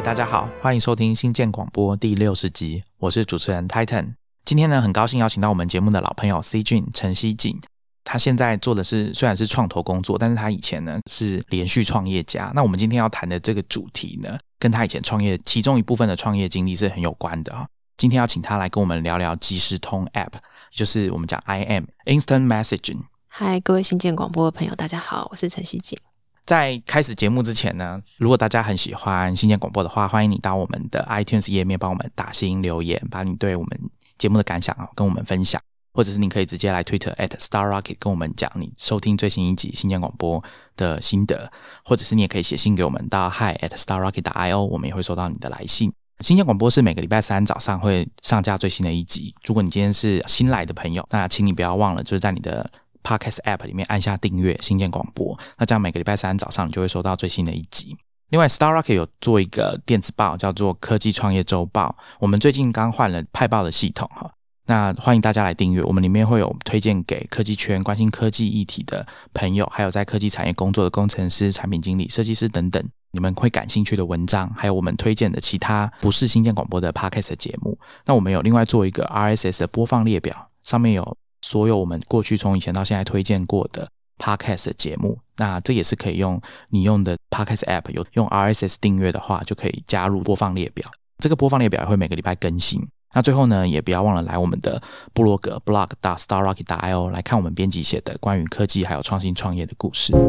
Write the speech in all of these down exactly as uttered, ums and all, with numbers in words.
大家好，欢迎收听新建广播第六十集，我是主持人 Titan。 今天呢，很高兴邀请到我们节目的老朋友 C 君陈希锦。他现在做的是虽然是创投工作，但是他以前呢是连续创业家。那我们今天要谈的这个主题呢，跟他以前创业其中一部分的创业经历是很有关的、哦、今天要请他来跟我们聊聊即时通 App， 就是我们讲 I M Instant Messaging。 嗨，各位新建广播的朋友大家好，我是陈希锦。 在开始节目之前呢，如果大家很喜欢新建广播的话，欢迎你到我们的 iTunes 页面帮我们打星留言，把你对我们节目的感想跟我们分享，或者是你可以直接来 Twitter at StarRocket 跟我们讲你收听最新一集新建广播的心得，或者是你也可以写信给我们到 hi at starrocket dot io， 我们也会收到你的来信。新建广播是每个礼拜三早上会上架最新的一集，如果你今天是新来的朋友，那请你不要忘了就是在你的Podcast App 里面按下订阅新建广播，那这样每个礼拜三早上你就会收到最新的一集。另外 StarRocket 有做一个电子报叫做科技创业周报，我们最近刚换了派报的系统，那欢迎大家来订阅，我们里面会有推荐给科技圈关心科技议题的朋友，还有在科技产业工作的工程师、产品经理、设计师等等，你们会感兴趣的文章，还有我们推荐的其他不是新建广播的 Podcast 的节目。那我们有另外做一个 R S S 的播放列表，上面有所有我们过去从以前到现在推荐过的 Podcast 的节目，那这也是可以用你用的 Podcast App 有用 R S S 订阅的话，就可以加入播放列表。这个播放列表也会每个礼拜更新。那最后呢，也不要忘了来我们的部落格 blog dot starrocket dot io 来看我们编辑写的关于科技还有创新创业的故事。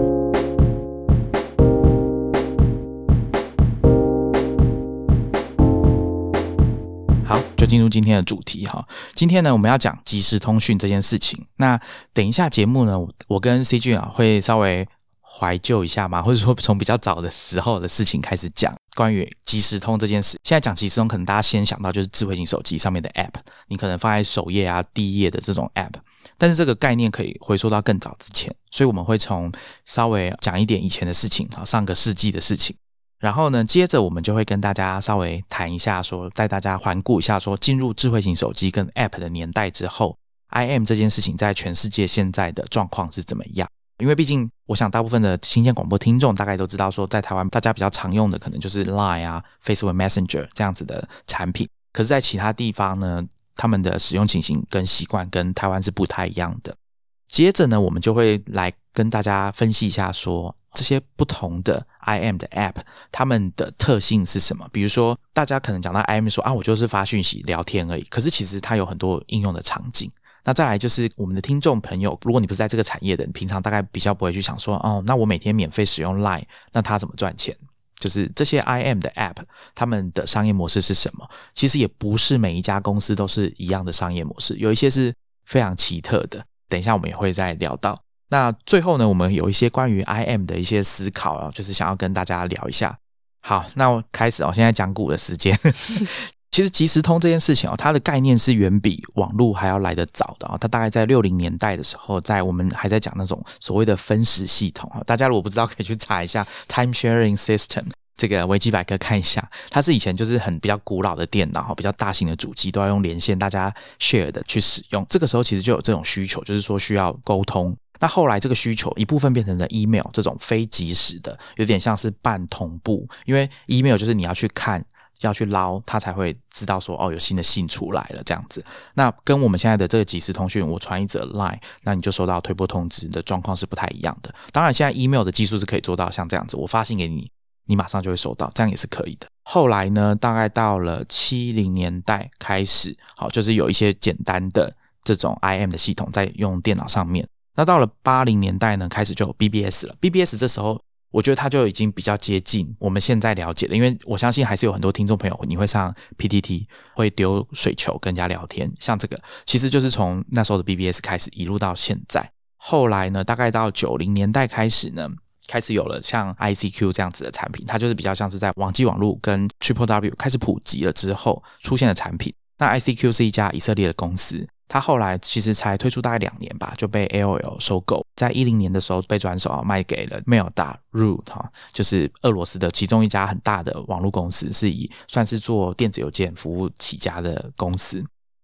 好，就进入今天的主题哈。今天呢，我们要讲即时通讯这件事情。那等一下节目呢，我跟 C 君啊会稍微怀旧一下嘛，或者说从比较早的时候的事情开始讲关于即时通这件事。现在讲即时通，可能大家先想到就是智慧型手机上面的 App， 你可能放在首页啊、第一页的这种 App， 但是这个概念可以回溯到更早之前，所以我们会从稍微讲一点以前的事情，上个世纪的事情。然后呢，接着我们就会跟大家稍微谈一下说，带大家环顾一下说，进入智慧型手机跟 App 的年代之后 I M 这件事情在全世界现在的状况是怎么样。因为毕竟我想大部分的新建广播听众大概都知道说，在台湾大家比较常用的可能就是 Line 啊 Facebook Messenger 这样子的产品，可是在其他地方呢，他们的使用情形跟习惯跟台湾是不太一样的。接着呢，我们就会来跟大家分析一下说，这些不同的 I M 的 App 它们的特性是什么。比如说大家可能讲到 I M 说啊，我就是发讯息聊天而已，可是其实它有很多应用的场景。那再来就是我们的听众朋友，如果你不是在这个产业的，你平常大概比较不会去想说，哦，那我每天免费使用 Line， 那它怎么赚钱？就是这些 I M 的 App 他们的商业模式是什么？其实也不是每一家公司都是一样的商业模式，有一些是非常奇特的，等一下我们也会再聊到。那最后呢，我们有一些关于 I M 的一些思考、啊、就是想要跟大家聊一下。好，那我开始哦，现在讲古的时间其实即时通这件事情、哦、它的概念是远比网络还要来得早的、哦、它大概在六零年代的时候，在我们还在讲那种所谓的分时系统、哦、大家如果不知道可以去查一下 Time Sharing System， 这个维基百科看一下。它是以前就是很比较古老的电脑，比较大型的主机都要用连线大家 share 的去使用，这个时候其实就有这种需求，就是说需要沟通。那后来这个需求一部分变成了 email 这种非即时的，有点像是半同步，因为 email 就是你要去看要去捞，它才会知道说哦有新的信出来了这样子。那跟我们现在的这个即时通讯，我传一则 Line， 那你就收到推播通知的状况是不太一样的。当然现在 email 的技术是可以做到像这样子，我发信给你，你马上就会收到，这样也是可以的。后来呢，大概到了七零年代开始，好，就是有一些简单的这种 I M 的系统在用电脑上面。那到了八零年代呢，开始就有 B B S 了。B B S 这时候我觉得它就已经比较接近我们现在了解的，因为我相信还是有很多听众朋友你会上 P T T 会丢水球跟人家聊天，像这个其实就是从那时候的 B B S 开始一路到现在。后来呢，大概到九零年代开始呢，开始有了像 I C Q 这样子的产品，它就是比较像是在网际网路跟 Triple W 开始普及了之后出现的产品。那 I C Q 是一家以色列的公司，它后来其实才推出大概两年吧，就被 A O L 收购，在十年的时候被转手、啊、卖给了 Mail.ru、啊、就是俄罗斯的其中一家很大的网络公司，是以算是做电子邮件服务起家的公司。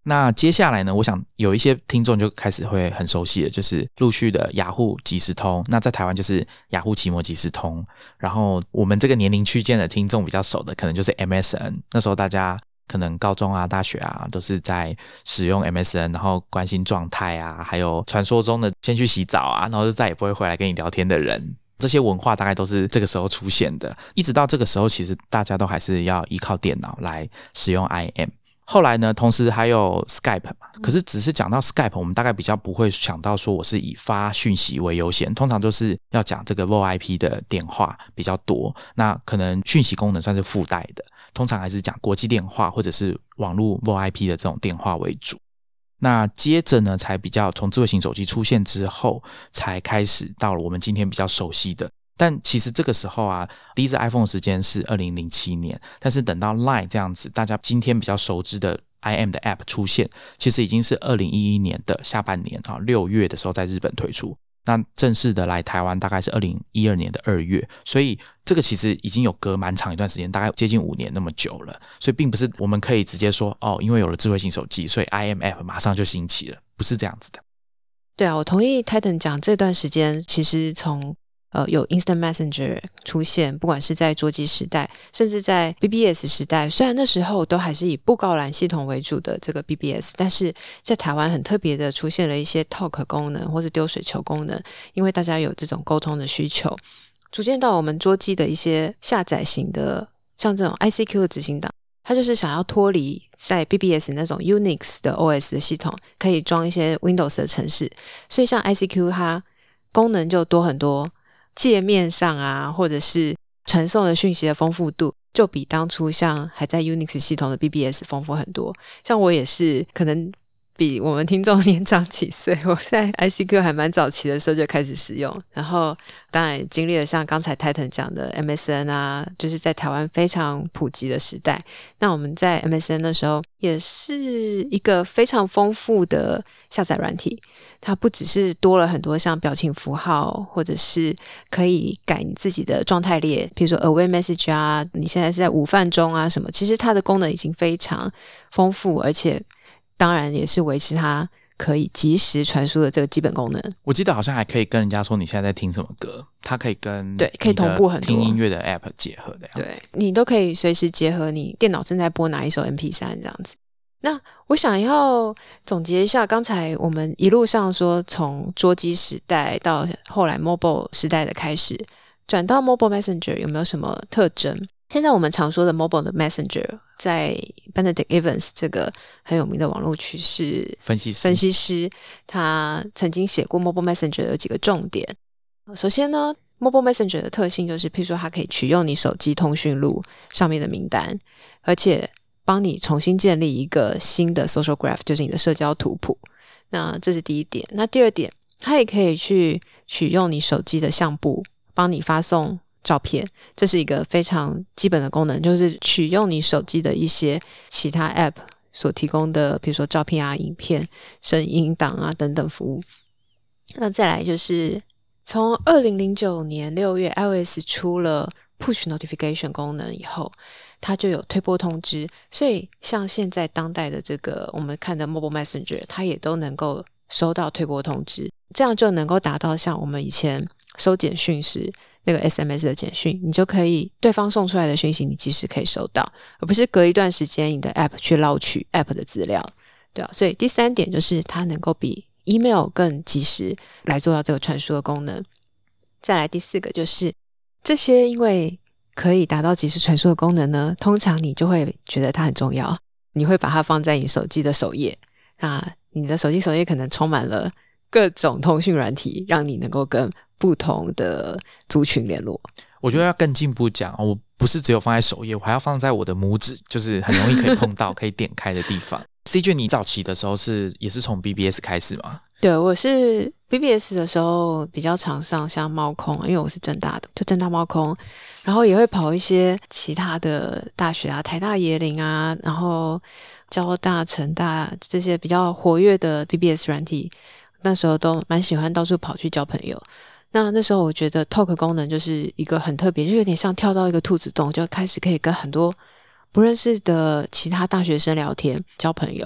那接下来呢，我想有一些听众就开始会很熟悉的，就是陆续的雅虎即时通，那在台湾就是雅虎奇摩即时通，然后我们这个年龄区间的听众比较熟的可能就是 M S N， 那时候大家可能高中啊大学啊都是在使用 M S N， 然后关心状态啊，还有传说中的先去洗澡啊，然后就再也不会回来跟你聊天的人，这些文化大概都是这个时候出现的。一直到这个时候其实大家都还是要依靠电脑来使用 I M。后来呢，同时还有 Skype 嘛，可是只是讲到 Skype， 我们大概比较不会想到说我是以发讯息为优先，通常就是要讲这个 V O I P 的电话比较多，那可能讯息功能算是附带的，通常还是讲国际电话或者是网络 V O I P 的这种电话为主。那接着呢，才比较从智慧型手机出现之后，才开始到了我们今天比较熟悉的。但其实这个时候啊，第一支 iPhone 的时间是二零零七年，但是等到 Line 这样子大家今天比较熟知的 I M 的 App 出现，其实已经是二零一一年的下半年啊，六月的时候在日本推出，那正式的来台湾大概是二零一二年的二月，所以这个其实已经有隔蛮长一段时间，大概接近五年那么久了，所以并不是我们可以直接说哦，因为有了智慧型手机，所以 I M App 马上就兴起了，不是这样子的。 对啊，我同意 Titan 讲，这段时间其实从呃，有 Instant Messenger 出现，不管是在桌机时代，甚至在 B B S 时代，虽然那时候都还是以布告栏系统为主的这个 B B S， 但是在台湾很特别的出现了一些 Talk 功能或是丢水球功能，因为大家有这种沟通的需求，逐渐到我们桌机的一些下载型的，像这种 I C Q 的执行档，它就是想要脱离在 B B S 那种 Unix 的 O S 的系统，可以装一些 Windows 的程式，所以像 I C Q 它功能就多很多，界面上啊，或者是传送的讯息的丰富度，就比当初像还在 Unix 系统的 B B S 丰富很多。像我也是可能比我们听众年长几岁，我在 I C Q 还蛮早期的时候就开始使用，然后当然经历了像刚才 Titan 讲的 M S N 啊，就是在台湾非常普及的时代。那我们在 M S N 的时候也是一个非常丰富的下载软体，它不只是多了很多像表情符号，或者是可以改你自己的状态列，比如说 away message 啊，你现在是在午饭中啊什么，其实它的功能已经非常丰富，而且当然也是维持它可以即时传输的这个基本功能。 我记得好像还可以跟人家说你现在在听什么歌，它可以跟对可以同步很多听音乐的 App 结合的样子， 对，你都可以随时结合你电脑正在播哪一首 M P 三 这样子。那我想要总结一下，刚才我们一路上说从桌机时代到后来 mobile 时代的开始，转到 mobile messenger 有没有什么特征？现在我们常说的 mobile 的 messenger， 在 Benedict Evans 这个很有名的网络趋势分析师分析师，他曾经写过 mobile messenger 有几个重点。首先呢， mobile messenger 的特性就是譬如说它可以取用你手机通讯录上面的名单，而且帮你重新建立一个新的 social graph， 就是你的社交图谱。那这是第一点。那第二点，它也可以去取用你手机的相簿帮你发送照片，这是一个非常基本的功能，就是取用你手机的一些其他 app 所提供的比如说照片啊、影片、声音档啊等等服务。那再来就是从二零零九年六月 iOS 出了 push notification 功能以后，它就有推播通知，所以像现在当代的这个我们看的 mobile messenger， 它也都能够收到推播通知，这样就能够达到像我们以前收简讯时那个 S M S 的简讯，你就可以对方送出来的讯息你即时可以收到，而不是隔一段时间你的 app 去捞取 app 的资料，对啊。所以第三点就是它能够比 email 更及时来做到这个传输的功能。再来第四个就是这些因为可以达到即时传输的功能呢，通常你就会觉得它很重要，你会把它放在你手机的首页，那你的手机首页可能充满了各种通讯软体，让你能够跟不同的族群联络。 我觉得要更进步讲，我不是只有放在首页，我还要放在我的拇指，就是很容易可以碰到可以点开的地方。C J 你早期的时候是也是从 B B S 开始吗？ 对，我是 B B S 的时候比较常上像猫空，因为我是政大的，就政大猫空，然后也会跑一些其他的大学啊，台大椰林啊，然后交大成大这些比较活跃的 B B S 软体，那时候都蛮喜欢到处跑去交朋友。那那时候我觉得 Talk 功能就是一个很特别，就有点像跳到一个兔子洞，就开始可以跟很多不认识的其他大学生聊天交朋友。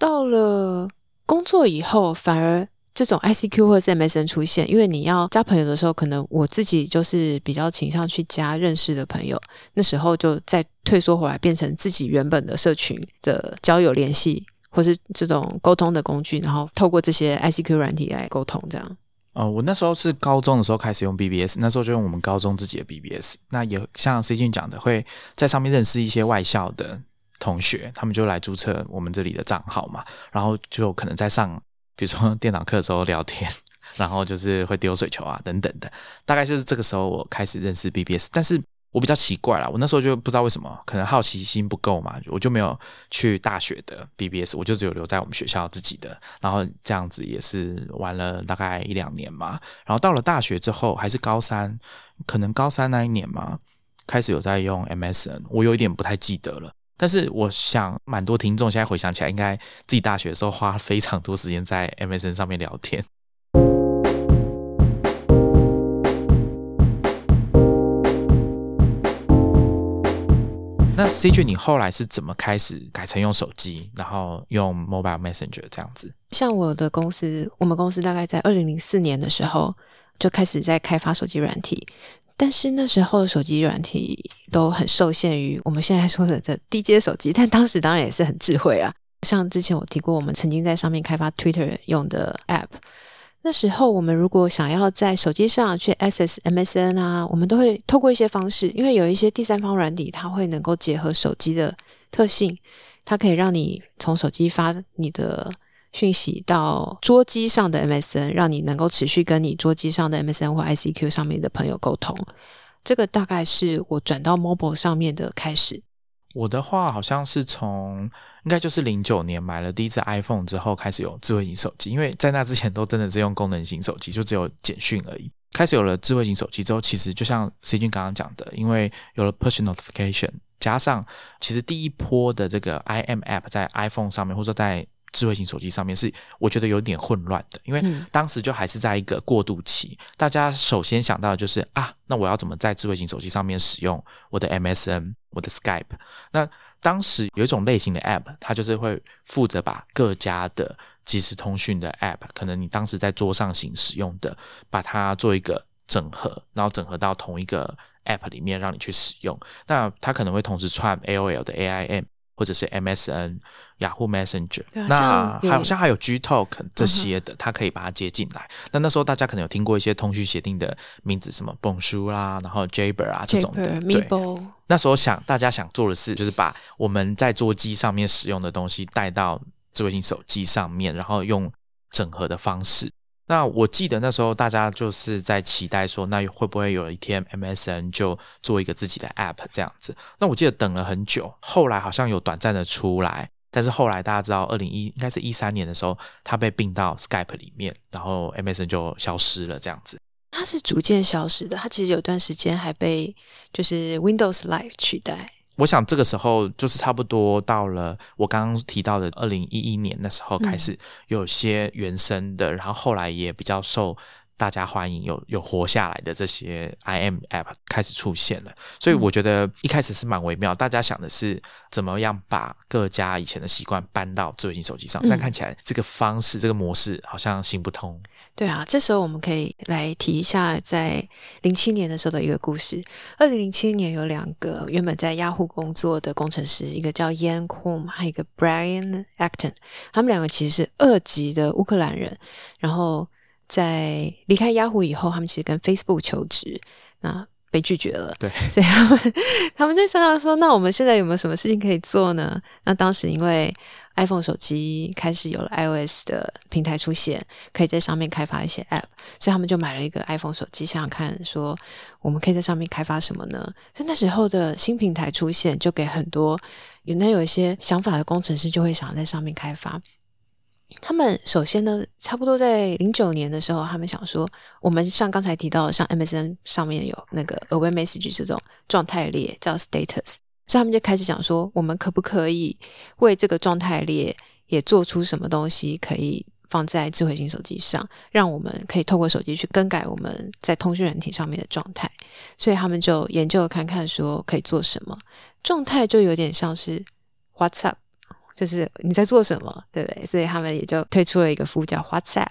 到了工作以后，反而这种 I C Q 或者是 M S N 出现，因为你要加朋友的时候，可能我自己就是比较倾向去加认识的朋友，那时候就再退缩回来，变成自己原本的社群的交友联系，或是这种沟通的工具，然后透过这些 I C Q 软体来沟通这样。 呃，我那时候是高中的时候开始用 B B S， 那时候就用我们高中自己的 B B S。那也像 C 君讲的，会在上面认识一些外校的同学，他们就来注册我们这里的账号嘛，然后就可能在上比如说电脑课的时候聊天，然后就是会丢水球啊等等的，大概就是这个时候我开始认识 B B S。 但是我比较奇怪啦，我那时候就不知道为什么，可能好奇心不够嘛，我就没有去大学的 B B S， 我就只有留在我们学校自己的，然后这样子也是玩了大概一两年嘛。然后到了大学之后，还是高三，可能高三那一年嘛，开始有在用 M S N， 我有一点不太记得了。但是我想蛮多听众现在回想起来，应该自己大学的时候花非常多时间在 M S N 上面聊天。那 C 君你后来是怎么开始改成用手机，然后用 Mobile Messenger 这样子？ 像我的公司，我们公司大概在二零零四年的时候就开始在开发手机软体，但是那时候的手机软体都很受限于我们现在说的这低阶手机，但当时当然也是很智慧啊。像之前我提过，我们曾经在上面开发 Twitter 用的 App， 那时候我们如果想要在手机上去 access M S N 啊，我们都会透过一些方式，因为有一些第三方软体它会能够结合手机的特性，它可以让你从手机发你的讯息到桌机上的 M S N， 让你能够持续跟你桌机上的 M S N 或 I C Q 上面的朋友沟通。这个大概是我转到 mobile 上面的开始。 我的话好像是从应该就是零九年买了第一支 iPhone 之后开始有智慧型手机，因为在那之前都真的是用功能型手机，就只有简讯而已。开始有了智慧型手机之后，其实就像 C 君刚刚讲的，因为有了 push notification， 加上其实第一波的这个 I M app 在 iPhone 上面或者说在智慧型手机上面是我觉得有点混乱的，因为当时就还是在一个过渡期，大家首先想到的就是啊，那我要怎么在智慧型手机上面使用我的 M S N 我的 Skype。 那当时有一种类型的 App， 它就是会负责把各家的即时通讯的 App， 可能你当时在桌上型使用的，把它做一个整合，然后整合到同一个 App 里面让你去使用。那它可能会同时串 A O L 的 A I M 或者是 M S N Yahoo Messenger， 那好像还有 Gtalk 这些的，它可以把它接进来。那那时候大家可能有听过一些通讯协定的名字，什么 Bonjour 啦，然后 Jabber 啊这种的。对，那时候想大家想做的事就是把我们在桌机上面使用的东西带到智慧型手机上面，然后用整合的方式。那我记得那时候大家就是在期待说，那会不会有一天 M S N 就做一个自己的 App 这样子。那我记得等了很久，后来好像有短暂的出来，但是后来大家知道二零一应该是一三年的时候，它被并到 Skype 里面，然后 M S N 就消失了这样子。 它是逐渐消失的，它其实有段时间还被就是 Windows Live 取代。 我想这个时候就是差不多到了我刚刚提到的二零一一年的时候开始有些原生的、嗯、然后后来也比较受大家欢迎，有有活下来的这些 I M App 开始出现了。所以我觉得一开始是蛮微妙，大家想的是怎么样把各家以前的习惯搬到智慧型手机上、嗯、但看起来这个方式这个模式好像行不通。 对啊，这时候我们可以来提一下在零七年的时候的一个故事。二零零七年有两个原本在 Yahoo 工作的工程师，一个叫 Yan Kum， 还有一个 Brian Acton， 他们两个其实是二级的乌克兰人，然后在离开 Yahoo 以后，他们其实跟 Facebook 求职，那被拒绝了。 对， 所以他们他们就想想说，那我们现在有没有什么事情可以做呢？那当时因为 iPhone 手机开始有了 iOS 的平台出现，可以在上面开发一些 App， 所以他们就买了一个 iPhone 手机，想想看说我们可以在上面开发什么呢？所以那时候的新平台出现，就给很多有那有一些想法的工程师就会想在上面开发。他们首先呢，差不多在零九年的时候，他们想说，我们像刚才提到的，像 M S N 上面有那个 Aware Message 这种状态列叫 Status， 所以他们就开始想说，我们可不可以为这个状态列也做出什么东西，可以放在智慧型手机上，让我们可以透过手机去更改我们在通讯软体上面的状态。所以他们就研究看看说可以做什么。状态就有点像是 WhatsApp， 就是你在做什么，对不对？所以他们也就推出了一个服务叫 WhatsApp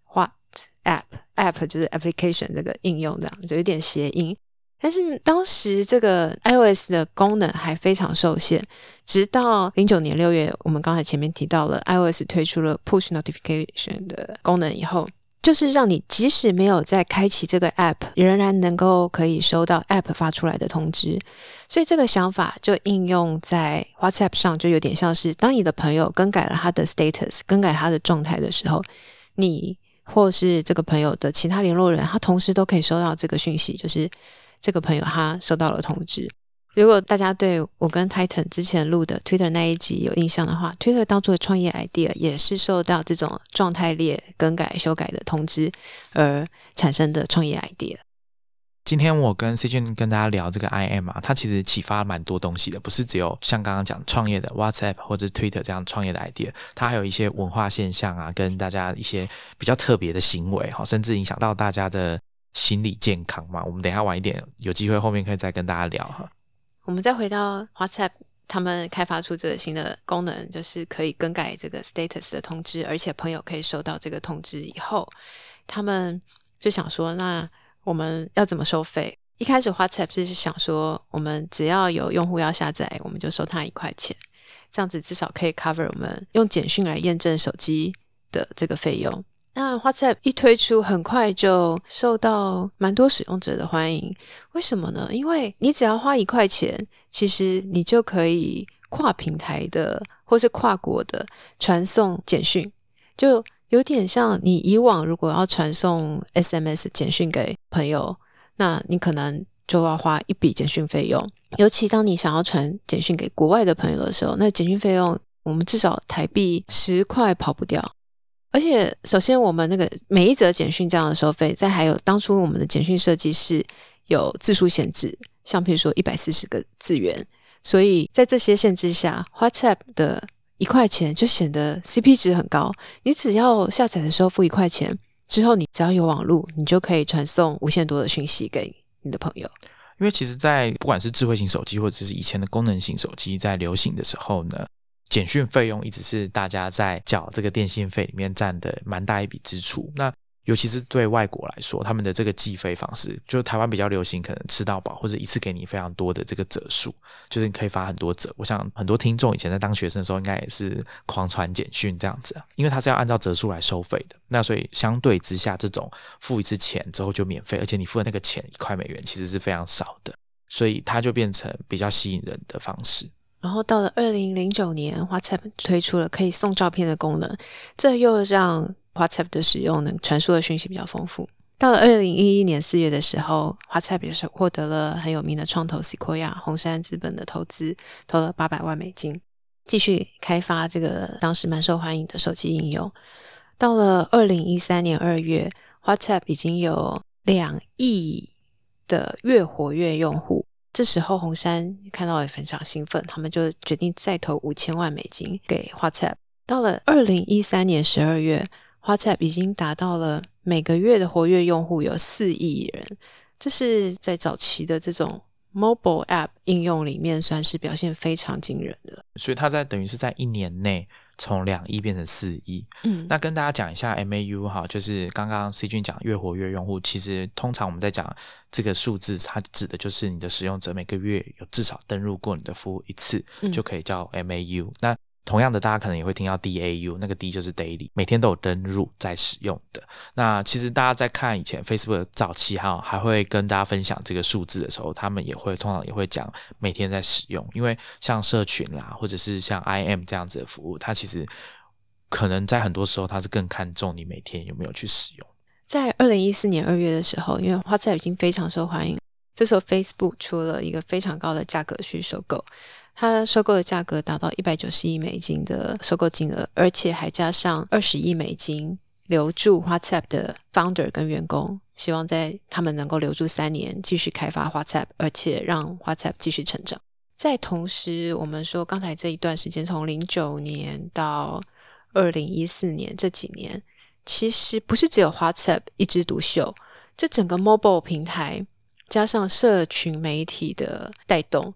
WhatsApp App 就是 application 这个应用，这样就有点谐音。但是当时这个 iOS 的功能还非常受限，直到零九年六月，我们刚才前面提到了 iOS 推出了 Push Notification 的功能以后，就是让你即使没有在开启这个 App， 仍然能够可以收到 App 发出来的通知。所以这个想法就应用在 WhatsApp 上，就有点像是当你的朋友更改了他的 status， 更改他的状态的时候，你或是这个朋友的其他联络人，他同时都可以收到这个讯息，就是这个朋友他收到了通知。如果大家对我跟 Titan 之前录的 Twitter 那一集有印象的话， Twitter 当初的创业 idea 也是受到这种状态列更改修改的通知而产生的创业 idea。 今天我跟 C 君跟大家聊这个 I M 啊，它其实启发蛮多东西的，不是只有像刚刚讲创业的 WhatsApp 或者 Twitter 这样创业的 idea， 它还有一些文化现象啊，跟大家一些比较特别的行为，甚至影响到大家的心理健康嘛。我们等一下晚一点有机会后面可以再跟大家聊哈。 我们再回到 WhatsApp， 他们开发出这个新的功能，就是可以更改这个 status 的通知，而且朋友可以收到这个通知以后，他们就想说那我们要怎么收费。一开始 WhatsApp 是想说我们只要有用户要下载，我们就收他一块钱，这样子至少可以 cover 我们用简讯来验证手机的这个费用。那 WhatsApp 一推出，很快就受到蛮多使用者的欢迎。为什么呢？因为你只要花一块钱，其实你就可以跨平台的或是跨国的传送简讯，就有点像你以往如果要传送 S M S 简讯给朋友，那你可能就要花一笔简讯费用。尤其当你想要传简讯给国外的朋友的时候，那简讯费用我们至少台币十块跑不掉。而且首先我们那个每一则简讯这样的收费，再还有当初我们的简讯设计是有字数限制，像比如说一百四十个字元，所以在这些限制下 WhatsApp 的一块钱就显得 C P 值很高。你只要下载的时候付一块钱，之后你只要有网路，你就可以传送无限多的讯息给你的朋友。 因为其实在不管是智慧型手机或者是以前的功能型手机在流行的时候呢，简讯费用一直是大家在缴这个电信费里面占的蛮大一笔支出。那尤其是对外国来说，他们的这个计费方式，就台湾比较流行可能吃到饱，或者一次给你非常多的这个折数，就是你可以发很多折。我想很多听众以前在当学生的时候应该也是狂传简讯这样子，因为它是要按照折数来收费的。那所以相对之下，这种付一次钱之后就免费，而且你付的那个钱一块美元其实是非常少的，所以它就变成比较吸引人的方式。 然后到了二零零九年 WhatsApp 推出了可以送照片的功能，这又让 WhatsApp 的使用能传输的讯息比较丰富。到了二零一一年四月的时候， WhatsApp 也是获得了很有名的创投 Sequoia 红杉资本的投资，投了八百万美金，继续开发这个当时蛮受欢迎的手机应用。到了二零一三年二月， WhatsApp 已经有两亿的月活跃用户。这时候红杉看到也非常兴奋，他们就决定再投五千万美金给 WhatsApp。 到了二零一三年十二月， WhatsApp 已经达到了每个月的活跃用户有四亿人，这是在早期的这种 mobile app 应用里面算是表现非常惊人的。 所以它在等于是在一年内从两亿变成四亿。 嗯， 那跟大家讲一下 M A U 哈，就是刚刚 C 君讲月活跃用户，其实通常我们在讲这个数字，它指的就是你的使用者每个月有至少登入过你的服务一次， 嗯、 就可以叫 M A U。那同样的，大家可能也会听到 D A U， 那个 D 就是 daily， 每天都有登入在使用的。那其实大家在看以前 Facebook 早期哈，还会跟大家分享这个数字的时候，他们也会通常也会讲每天在使用，因为像社群啦，或者是像 I M 这样子的服务，它其实可能在很多时候它是更看重你每天有没有去使用。 在二零一四年二月的时候，因为 WhatsApp 已经非常受欢迎，这时候 Facebook 出了一个非常高的价格去收购，它收购的价格达到一百九十亿美金的收购金额，而且还加上二十亿美金留住 WhatsApp 的 founder 跟员工，希望在他们能够留住三年继续开发 WhatsApp， 而且让 WhatsApp 继续成长。在同时，我们说刚才这一段时间从零九年到二零一四年这几年，其实不是只有 WhatsApp 一枝独秀，这整个 mobile 平台加上社群媒体的带动，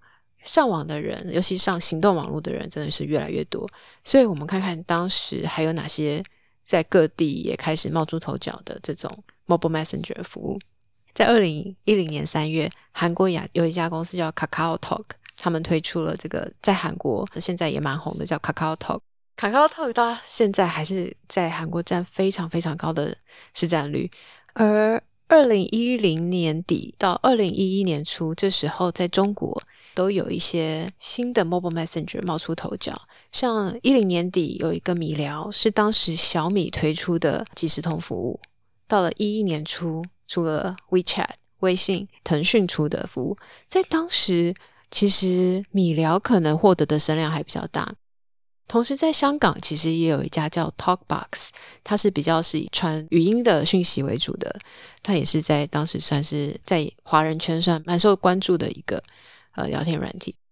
上网的人，尤其上行动网络的人真的是越来越多，所以我们看看当时还有哪些在各地也开始冒出头角的这种 Mobile Messenger 服务。在二零一零年三月，韩国有一家公司叫 KakaoTalk， 他们推出了这个在韩国现在也蛮红的叫 KakaoTalk。KakaoTalk 到现在还是在韩国占非常非常高的市占率，而二零一零年底到二零一一年初，这时候在中国都有一些新的 Mobile Messenger 冒出头角，像一零年底有一个米聊是当时小米推出的即时通服务，到了一一年初出了 WeChat 微信腾讯出的服务，在当时其实米聊可能获得的声量还比较大。同时在香港其实也有一家叫 TalkBox， 它是比较是以传语音的讯息为主的，它也是在当时算是在华人圈算蛮受关注的一个呃聊天软体。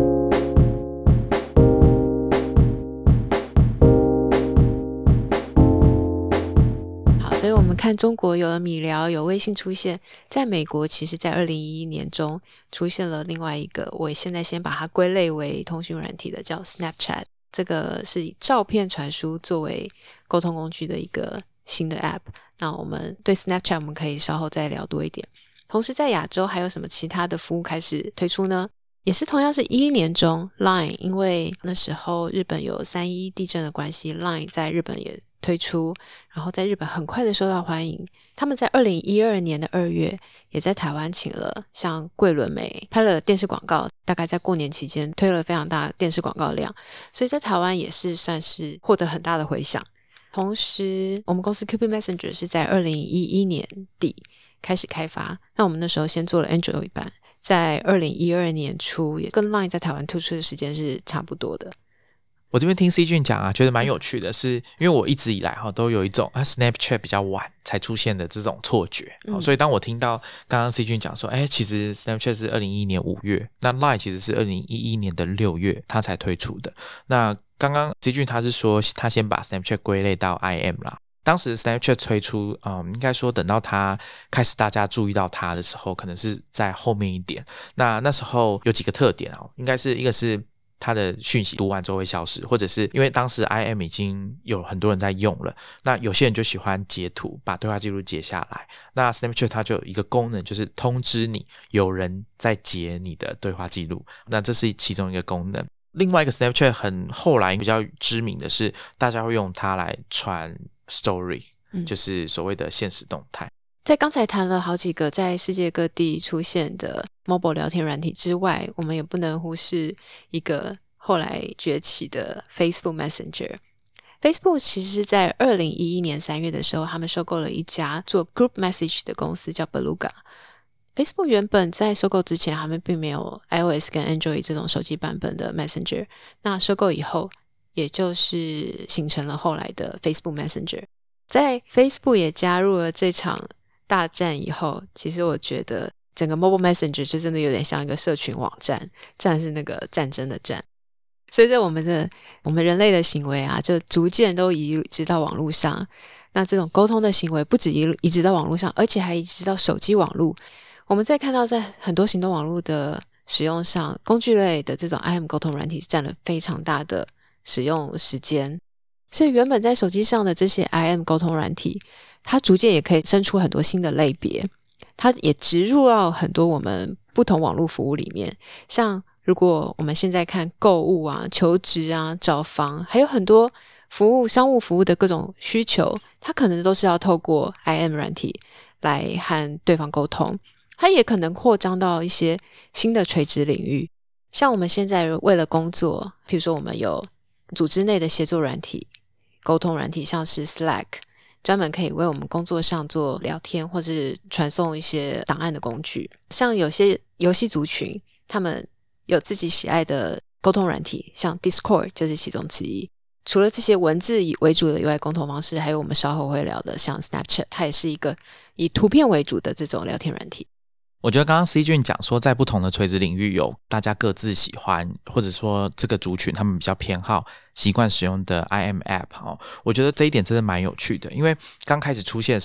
好，所以我们看中国有了米聊有微信出现，在美国其实在二零一一年中出现了另外一个，我现在先把它归类为通讯软体的叫 Snapchat， 这个是以照片传输作为沟通工具的一个新的 App。 那我们对 Snapchat 我们可以稍后再聊多一点。同时在亚洲还有什么其他的服务开始推出呢？也是同样是一一年中 Line， 因为那时候日本有三一地震的关系， Line 在日本也推出，然后在日本很快的受到欢迎。他们在二零一二年的二月也在台湾请了像桂纶镁拍了电视广告，大概在过年期间推了非常大的电视广告量，所以在台湾也是算是获得很大的回响。同时我们公司 Q B Messenger 是在二零一一年底开始开发，那我们那时候先做了 Android 版，在二零一二年初也跟 Line 在台湾推出的时间是差不多的。 我这边听 C 君讲啊，觉得蛮有趣的是，因为我一直以来哈都有一种啊 Snapchat 比较晚才出现的这种错觉，嗯、所以当我听到刚刚 C 君讲说，哎，其实 Snapchat 是二零一一年五月，那 Line 其实是二零一一年的六月它才推出的。那刚刚 C 君他是说他先把 Snapchat 归类到 I M 啦。当时 Snapchat 推出，嗯，应该说等到它开始大家注意到它的时候，可能是在后面一点。那那时候有几个特点哦，应该是一个是它的讯息读完之后会消失，或者是因为当时 I M 已经有很多人在用了，那有些人就喜欢截图把对话记录截下来，那 Snapchat 它就有一个功能，就是通知你有人在截你的对话记录，那这是其中一个功能。另外一个 Snapchat 很后来比较知名的是大家会用它来传 Story、嗯、就是所谓的限时动态。 在刚才谈了好几个在世界各地出现的 mobile 聊天软体之外，我们也不能忽视一个后来崛起的 Facebook Messenger。 Facebook 其实在二零一一年三月的时候，他们收购了一家做 Group Message 的公司叫 Beluga。 Facebook 原本在收购之前他们并没有 iOS 跟 Android 这种手机版本的 Messenger， 那收购以后也就是形成了后来的 Facebook Messenger。 在 Facebook 也加入了这场大战以后，其实我觉得整个 Mobile Messenger 就真的有点像一个社群网站，战是那个战争的战。随着我们的我们人类的行为啊，就逐渐都移植到网络上，那这种沟通的行为不止移移植到网络上，而且还移植到手机网络。我们在看到在很多行动网络的使用上，工具类的这种 I M 沟通软体占了非常大的使用时间，所以原本在手机上的这些 I M 沟通软体，它逐渐也可以生出很多新的类别，它也植入到很多我们不同网络服务里面。像如果我们现在看购物啊、求职啊、找房，还有很多服务商务服务的各种需求，它可能都是要透过 I M 软体来和对方沟通。它也可能扩张到一些新的垂直领域，像我们现在为了工作，譬如说我们有组织内的协作软体、沟通软体，像是 Slack， 专门可以为我们工作上做聊天或是传送一些档案的工具。像有些游戏族群，他们有自己喜爱的沟通软体，像 Discord 就是其中之一。除了这些文字为主的以外，沟通方式还有我们稍后会聊的像 Snapchat， 它也是一个以图片为主的这种聊天软体。 我觉得刚刚 C 君讲说在不同的垂直领域有大家各自喜欢，或者说这个族群他们比较偏好习惯使用的 I M App、哦、我觉得这一点真的蛮有趣的。因为刚开始出现的时候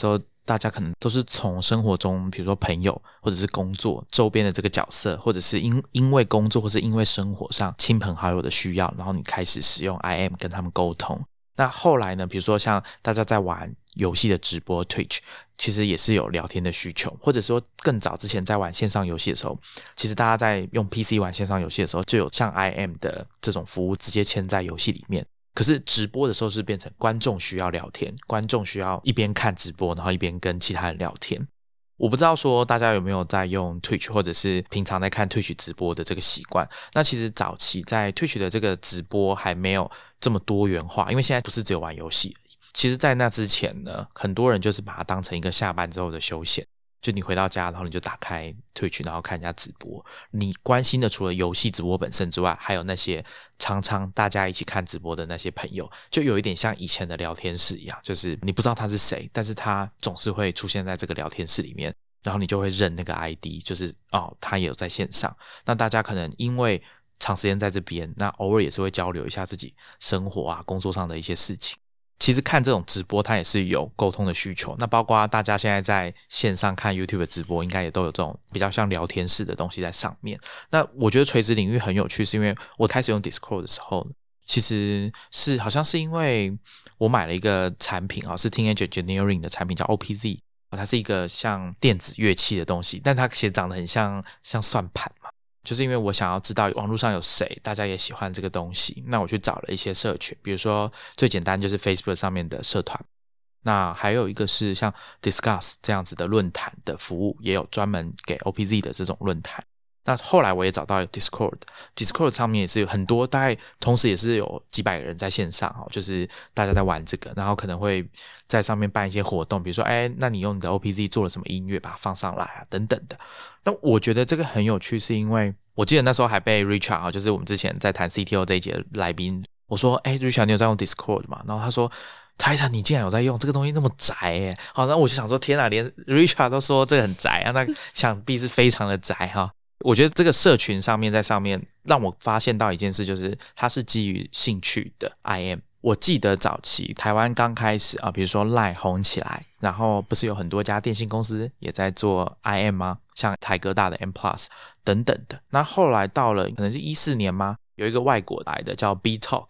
大家可能都是从生活中比如说朋友或者是工作周边的这个角色，或者是因因为工作或是因为生活上亲朋好友的需要，然后你开始使用 I M 跟他们沟通。那后来呢，比如说像大家在玩游戏的直播 Twitch， 其实也是有聊天的需求，或者说更早之前在玩线上游戏的时候，其实大家在用 P C 玩线上游戏的时候就有像 I M 的这种服务直接嵌在游戏里面。可是直播的时候是变成观众需要聊天，观众需要一边看直播然后一边跟其他人聊天。我不知道说大家有没有在用 Twitch 或者是平常在看 Twitch 直播的这个习惯。那其实早期在 Twitch 的这个直播还没有这么多元化，因为现在不是只有玩游戏而已。其实在那之前呢，很多人就是把它当成一个下班之后的休闲，就你回到家然后你就打开 Twitch 然后看人家直播，你关心的除了游戏直播本身之外，还有那些常常大家一起看直播的那些朋友，就有一点像以前的聊天室一样，就是你不知道他是谁，但是他总是会出现在这个聊天室里面，然后你就会认那个 I D， 就是哦，他也有在线上。那大家可能因为长时间在这边，那偶尔也是会交流一下自己生活啊工作上的一些事情。其实看这种直播它也是有沟通的需求，那包括大家现在在线上看 YouTube 的直播应该也都有这种比较像聊天室的东西在上面。那我觉得垂直领域很有趣，是因为我开始用 Discord 的时候，其实是好像是因为我买了一个产品啊，是 Teenage Engineering 的产品叫 O P Z， 它是一个像电子乐器的东西，但它其实长得很像像算盘嘛，就是因为我想要知道网络上有谁大家也喜欢这个东西，那我去找了一些社群，比如说最简单就是 Facebook 上面的社团，那还有一个是像 Discuss 这样子的论坛的服务，也有专门给 O P Z 的这种论坛。那后来我也找到 Discord， Discord 上面也是有很多，大概同时也是有几百个人在线上，就是大家在玩这个，然后可能会在上面办一些活动，比如说哎，那你用你的 O P Z 做了什么音乐把它放上来啊等等的。那我觉得这个很有趣，是因为我记得那时候还被 Richard， 就是我们之前在谈 C T O 这一节的来宾，我说哎 Richard 你有在用 Discord 吗？然后他说泰坦你竟然有在用这个东西，那么宅耶。好，那我就想说天哪，连 Richard 都说这个很宅啊，那想必是非常的宅哈。我觉得这个社群上面在上面让我发现到一件事，就是它是基于兴趣的 I M。 我记得早期台湾刚开始啊，比如说 LINE 红起来，然后不是有很多家电信公司也在做 I M 吗？像台哥大的 M Plus 等等的。那后来到了可能是一四年吗，有一个外国来的叫 B Talk，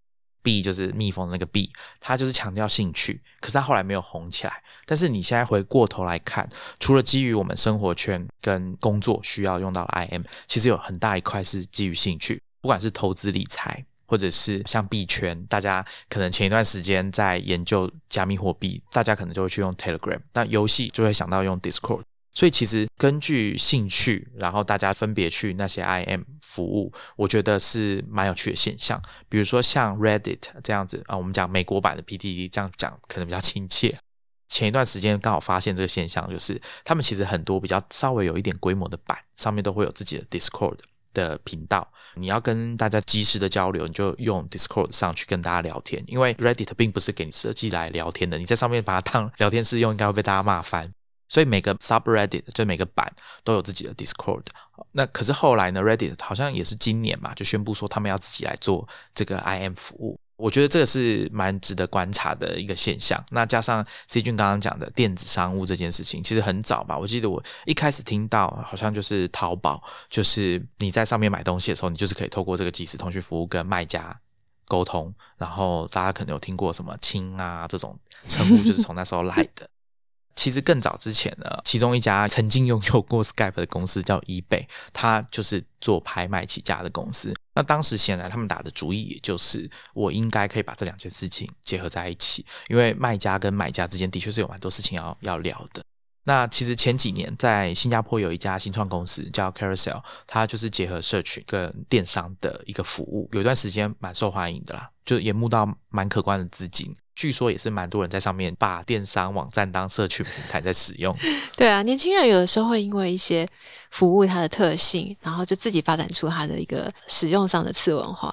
B 就是蜜蜂的那个 B， 它就是强调兴趣，可是它后来没有红起来。但是你现在回过头来看，除了基于我们生活圈跟工作需要用到的 I M， 其实有很大一块是基于兴趣，不管是投资理财或者是像币圈，大家可能前一段时间在研究加密货币，大家可能就会去用 Telegram， 那游戏就会想到用 Discord。所以其实根据兴趣，然后大家分别去那些 I M 服务，我觉得是蛮有趣的现象。比如说像 Reddit 这样子啊，我们讲美国版的 P T T， 这样讲可能比较亲切。前一段时间刚好发现这个现象，就是他们其实很多比较稍微有一点规模的版上面都会有自己的 Discord 的频道，你要跟大家及时的交流，你就用 Discord 上去跟大家聊天。因为 Reddit 并不是给你设计来聊天的，你在上面把它当聊天室用，应该会被大家骂翻。所以每个 subreddit 就每个版都有自己的 Discord。 那可是后来呢 Reddit 好像也是今年嘛，就宣布说他们要自己来做这个 I M 服务。我觉得这个是蛮值得观察的一个现象。那加上 C 君刚刚讲的电子商务这件事情，其实很早吧，我记得我一开始听到好像就是淘宝，就是你在上面买东西的时候，你就是可以透过这个即时通讯服务跟卖家沟通，然后大家可能有听过什么亲啊这种称呼，就是从那时候来的。其实更早之前呢，其中一家曾经拥有过 Skype 的公司叫 eBay， 它就是做拍卖起家的公司。那当时显然他们打的主意也就是我应该可以把这两件事情结合在一起，因为卖家跟买家之间的确是有蛮多事情要要聊的。那其实前几年在新加坡有一家新创公司叫 Carousel， 它就是结合社群跟电商的一个服务，有一段时间蛮受欢迎的啦，就也募到蛮可观的资金，据说也是蛮多人在上面把电商网站当社群平台在使用。 对啊，年轻人有的时候会因为一些服务它的特性，然后就自己发展出它的一个使用上的次文化。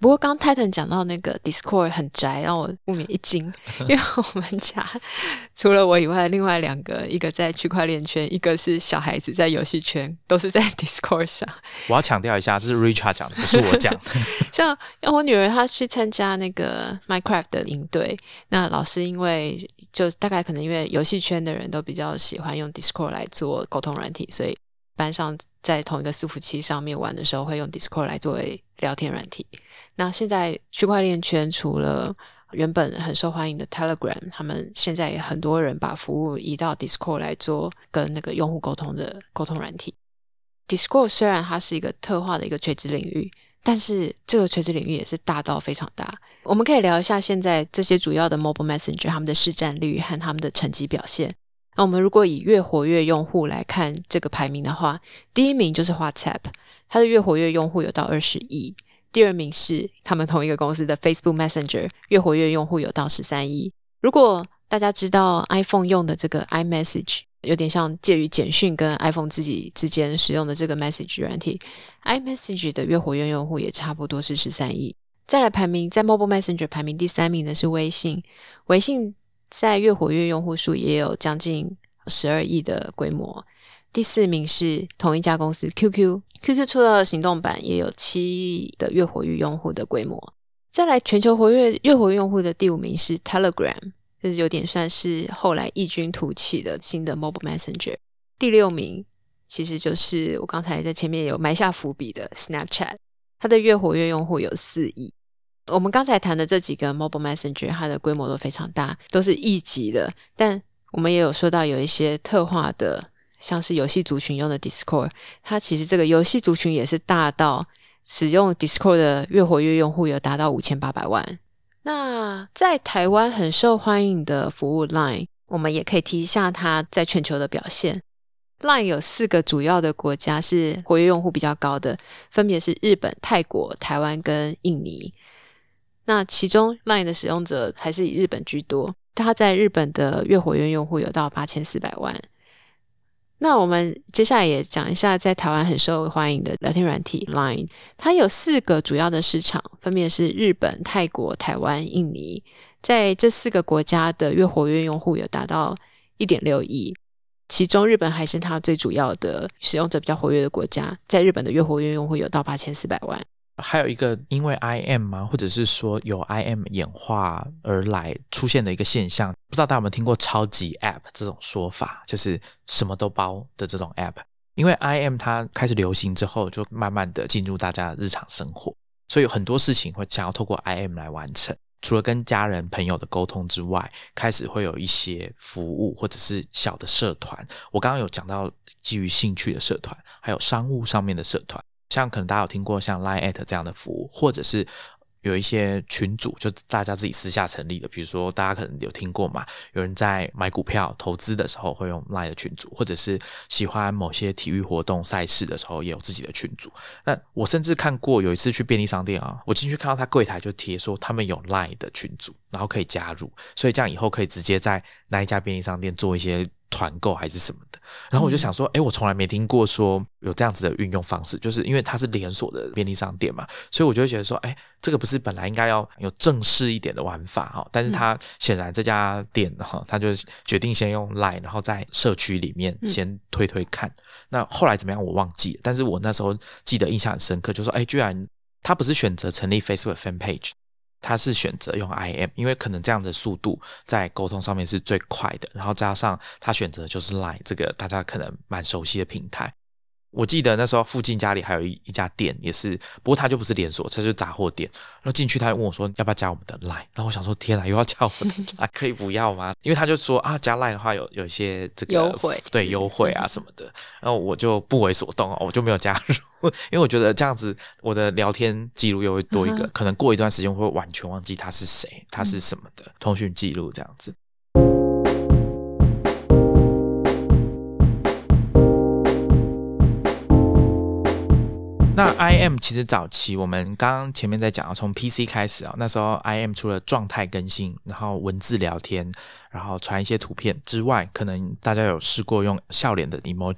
不过刚 Titan 讲到那个 Discord 很宅，让我不免一惊，因为我们家除了我以外，另外两个，一个在区块链圈，一个是小孩子在游戏圈，都是在 Discord 上。 我要强调一下，这是 Richard 讲的，不是我讲的。 像我女儿她去参加那个 Minecraft 的营队，那老师因为就大概可能因为游戏圈的人都比较喜欢用 Discord 来做沟通软体，所以班上在同一个伺服器上面玩的时候会用 Discord 来作为聊天软体。那现在区块链圈除了原本很受欢迎的 Telegram， 他们现在也很多人把服务移到 Discord 来做跟那个用户沟通的沟通软体。Discord 虽然它是一个特化的一个垂直领域，但是这个垂直领域也是大到非常大。我们可以聊一下现在这些主要的 Mobile Messenger 他们的市占率和他们的成绩表现。那我们如果以月活跃用户来看这个排名的话，第一名就是 WhatsApp， 它的月活跃用户有到二十亿。第二名是他们同一个公司的 Facebook Messenger， 月活跃用户有到十三亿。如果大家知道 iPhone 用的这个 iMessage， 有点像介于简讯跟 iPhone 自己之间使用的这个 Message 软体， iMessage 的月活跃用户也差不多是十三亿。再来排名，在 Mobile Messenger 排名第三名的是微信，微信在月活跃用户数也有将近十二亿的规模。第四名是同一家公司 Q Q， Q Q 出了行动版也有七亿的月活跃用户的规模。再来全球活跃月活跃用户的第五名是 Telegram， 这是有点算是后来异军突起的新的 Mobile Messenger。第六名其实就是我刚才在前面有埋下伏笔的 Snapchat， 它的月活跃用户有四亿。我们刚才谈的这几个 Mobile Messenger 它的规模都非常大，都是亿级的，但我们也有说到有一些特化的，像是游戏族群用的 Discord， 它其实这个游戏族群也是大到使用 Discord 的月活跃用户有达到五千八百万。那在台湾很受欢迎的服务 Line， 我们也可以提一下它在全球的表现。Line 有四个主要的国家是活跃用户比较高的，分别是日本、泰国、台湾跟印尼。那其中 Line 的使用者还是以日本居多，它在日本的月活跃用户有到八千四百万。那我们接下来也讲一下在台湾很受欢迎的聊天软体 Line， 它有四个主要的市场，分别是日本、泰国、台湾、印尼。在这四个国家的月活跃用户有达到 一点六亿，其中日本还是它最主要的使用者比较活跃的国家，在日本的月活跃用户有到八千四百万。 还有一个因为 I M 吗，或者是说有 I M 演化而来出现的一个现象，不知道大家有没有听过超级 App 这种说法，就是什么都包的这种 App。 因为 I M 它开始流行之后，就慢慢的进入大家的日常生活，所以有很多事情会想要透过 I M 来完成。除了跟家人朋友的沟通之外，开始会有一些服务或者是小的社团。我刚刚有讲到基于兴趣的社团，还有商务上面的社团，像可能大家有听过像 Line@ 这样的服务，或者是有一些群组就大家自己私下成立的，比如说大家可能有听过嘛，有人在买股票投资的时候会用 Line 的群组，或者是喜欢某些体育活动赛事的时候也有自己的群组。那我甚至看过有一次去便利商店啊，我进去看到他柜台就贴说他们有 Line 的群组，然后可以加入，所以这样以后可以直接在那一家便利商店做一些团购还是什么的。然后我就想说诶我从来没听过说有这样子的运用方式，就是因为它是连锁的便利商店嘛，所以我就会觉得说诶这个不是本来应该要有正式一点的玩法，但是它显然这家店它就决定先用 Line， 然后在社区里面先推推看、嗯、那后来怎么样我忘记了，但是我那时候记得印象很深刻，就说诶居然他不是选择成立 Facebook Fan Page，他是选择用 I M， 因为可能这样的速度在沟通上面是最快的，然后加上他选择就是 Line 这个大家可能蛮熟悉的平台。我记得那时候附近家里还有 一, 一家店也是，不过他就不是连锁，他就是杂货店，然后进去他还问我说要不要加我们的 Line， 然后我想说天啊又要加我的 Line 可以不要吗？因为他就说啊加 Line 的话有有一些这个优惠， 对优惠啊什么的，然后我就不为所动，我就没有加入，因为我觉得这样子我的聊天记录又会多一个、嗯、可能过一段时间会完全忘记他是谁他是什么的、嗯、通讯记录这样子。那 I M 其实早期我们刚刚前面在讲从 P C 开始、哦、那时候 I M 除了状态更新，然后文字聊天，然后传一些图片之外，可能大家有试过用笑脸的 emoji，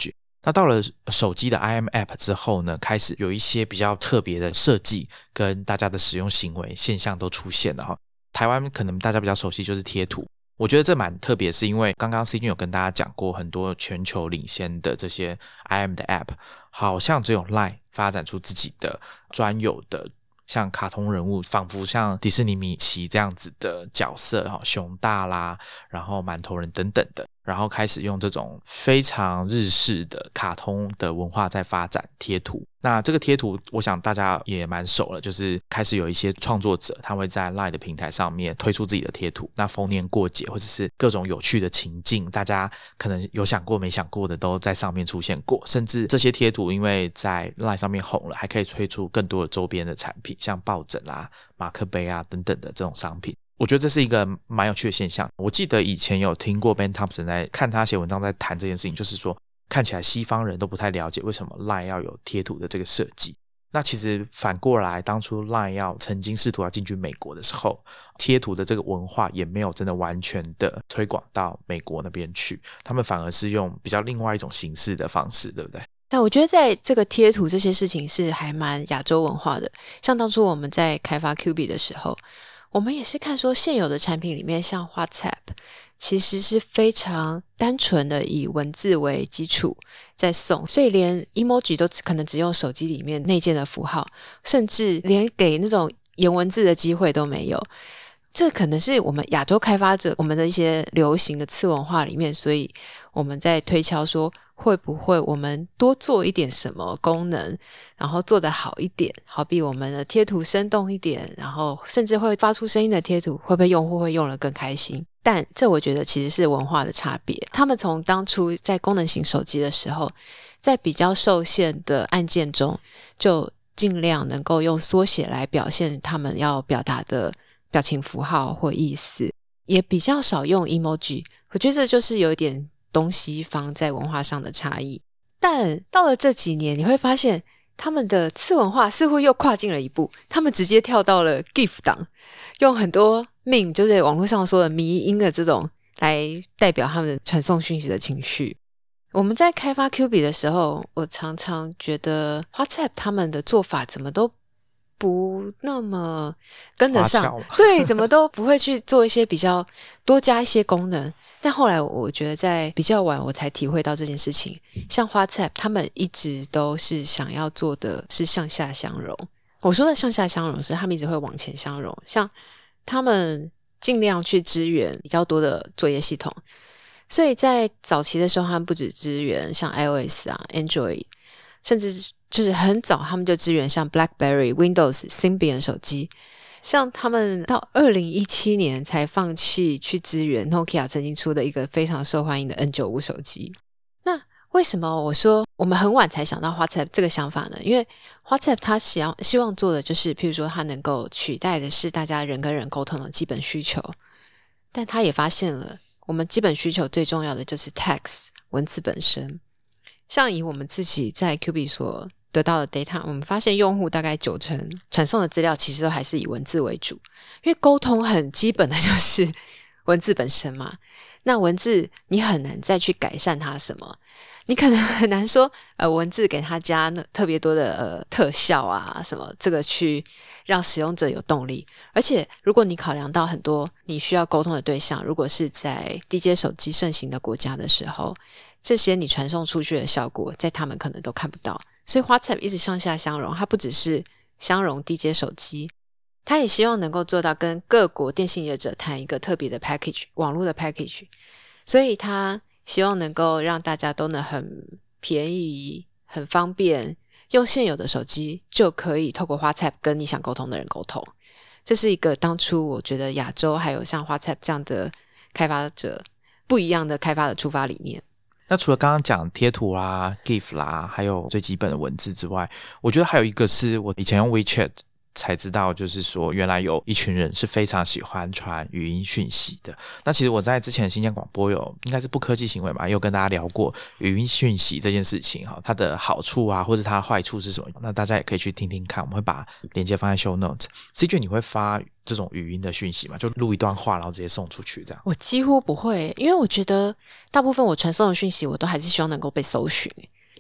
那到了手机的 I M App 之后呢，开始有一些比较特别的设计跟大家的使用行为现象都出现了哈。台湾可能大家比较熟悉就是贴图，我觉得这蛮特别，是因为刚刚 C 君有跟大家讲过，很多全球领先的这些 I M 的 App 好像只有 Line 发展出自己的专有的像卡通人物，仿佛像迪士尼米奇这样子的角色，熊大啦，然后馒头人等等的，然后开始用这种非常日式的卡通的文化在发展贴图。那这个贴图我想大家也蛮熟了，就是开始有一些创作者他会在 Line 的平台上面推出自己的贴图，那逢年过节或者是各种有趣的情境，大家可能有想过没想过的都在上面出现过，甚至这些贴图因为在 Line 上面红了，还可以推出更多的周边的产品，像抱枕啦、马克杯啊等等的这种商品。我觉得这是一个蛮有趣的现象。我记得以前有听过 Ben Thompson 在看他写文章在谈这件事情，就是说看起来西方人都不太了解为什么 Line 要有贴图的这个设计。那其实反过来，当初 Line 要曾经试图要进军美国的时候，贴图的这个文化也没有真的完全的推广到美国那边去，他们反而是用比较另外一种形式的方式，对不对？ 那我觉得在这个贴图这些事情是还蛮亚洲文化的。像当初我们在开发 Q B 的时候，我们也是看说现有的产品里面，像 WhatsApp 其实是非常单纯的以文字为基础在送，所以连 emoji 都可能只用手机里面内建的符号，甚至连给那种颜文字的机会都没有。这可能是我们亚洲开发者我们的一些流行的次文化里面，所以我们在推敲说会不会我们多做一点什么功能，然后做得好一点，好比我们的贴图生动一点，然后甚至会发出声音的贴图，会不会用户会用得更开心。但这我觉得其实是文化的差别，他们从当初在功能型手机的时候，在比较受限的按键中就尽量能够用缩写来表现他们要表达的表情符号或意思，也比较少用 emoji。 我觉得这就是有一点东西方在文化上的差异。但到了这几年，你会发现他们的次文化似乎又跨进了一步，他们直接跳到了 GIF 档，用很多 meme 就是网络上说的迷因的这种来代表他们的传送讯息的情绪。我们在开发 Q B 的时候，我常常觉得 WhatsApp 他们的做法怎么都不那么跟得上，对，怎么都不会去做一些比较多加一些功能。但后来我觉得在比较晚我才体会到这件事情，像 WhatsApp 他们一直都是想要做的是向下相容。我说的向下相容是他们一直会往前相容，像他们尽量去支援比较多的作业系统，所以在早期的时候他们不只支援像 iOS 啊 Android， 甚至就是很早他们就支援像 BlackBerry Windows Symbian 手机。像他们到二零一七年才放弃去支援 Nokia 曾经出的一个非常受欢迎的 N 九十五 手机。那为什么我说我们很晚才想到 WhatsApp 这个想法呢？因为 WhatsApp 它希望希望做的就是譬如说它能够取代的是大家人跟人沟通的基本需求，但它也发现了我们基本需求最重要的就是 text 文字本身。像以我们自己在 Q B 所得到的 data， 我们发现用户大概九成传送的资料其实都还是以文字为主，因为沟通很基本的就是文字本身嘛。那文字你很难再去改善它什么，你可能很难说呃，文字给它加特别多的呃特效啊什么，这个去让使用者有动力。而且如果你考量到很多你需要沟通的对象，如果是在低阶手机盛行的国家的时候，这些你传送出去的效果在他们可能都看不到。所以 WhatsApp 一直向下相容，它不只是相容低阶手机，它也希望能够做到跟各国电信业者谈一个特别的 package， 网络的 package。 所以它希望能够让大家都能很便宜很方便用现有的手机就可以透过 WhatsApp 跟你想沟通的人沟通。这是一个当初我觉得亚洲还有像 WhatsApp 这样的开发者不一样的开发的出发理念。 那除了刚刚讲贴图啦 GIF 啦还有最基本的文字之外，我觉得还有一个是我以前用 WeChat 才知道，就是说原来有一群人是非常喜欢传语音讯息的。那其实我在之前的新疆广播有应该是不科技行为嘛，也有跟大家聊过语音讯息这件事情，它的好处啊或者它的坏处是什么，那大家也可以去听听看，我们会把连接放在 show notes。 C 君你会发这种语音的讯息吗？就录一段话然后直接送出去这样？ 我几乎不会，因为我觉得大部分我传送的讯息我都还是希望能够被搜寻，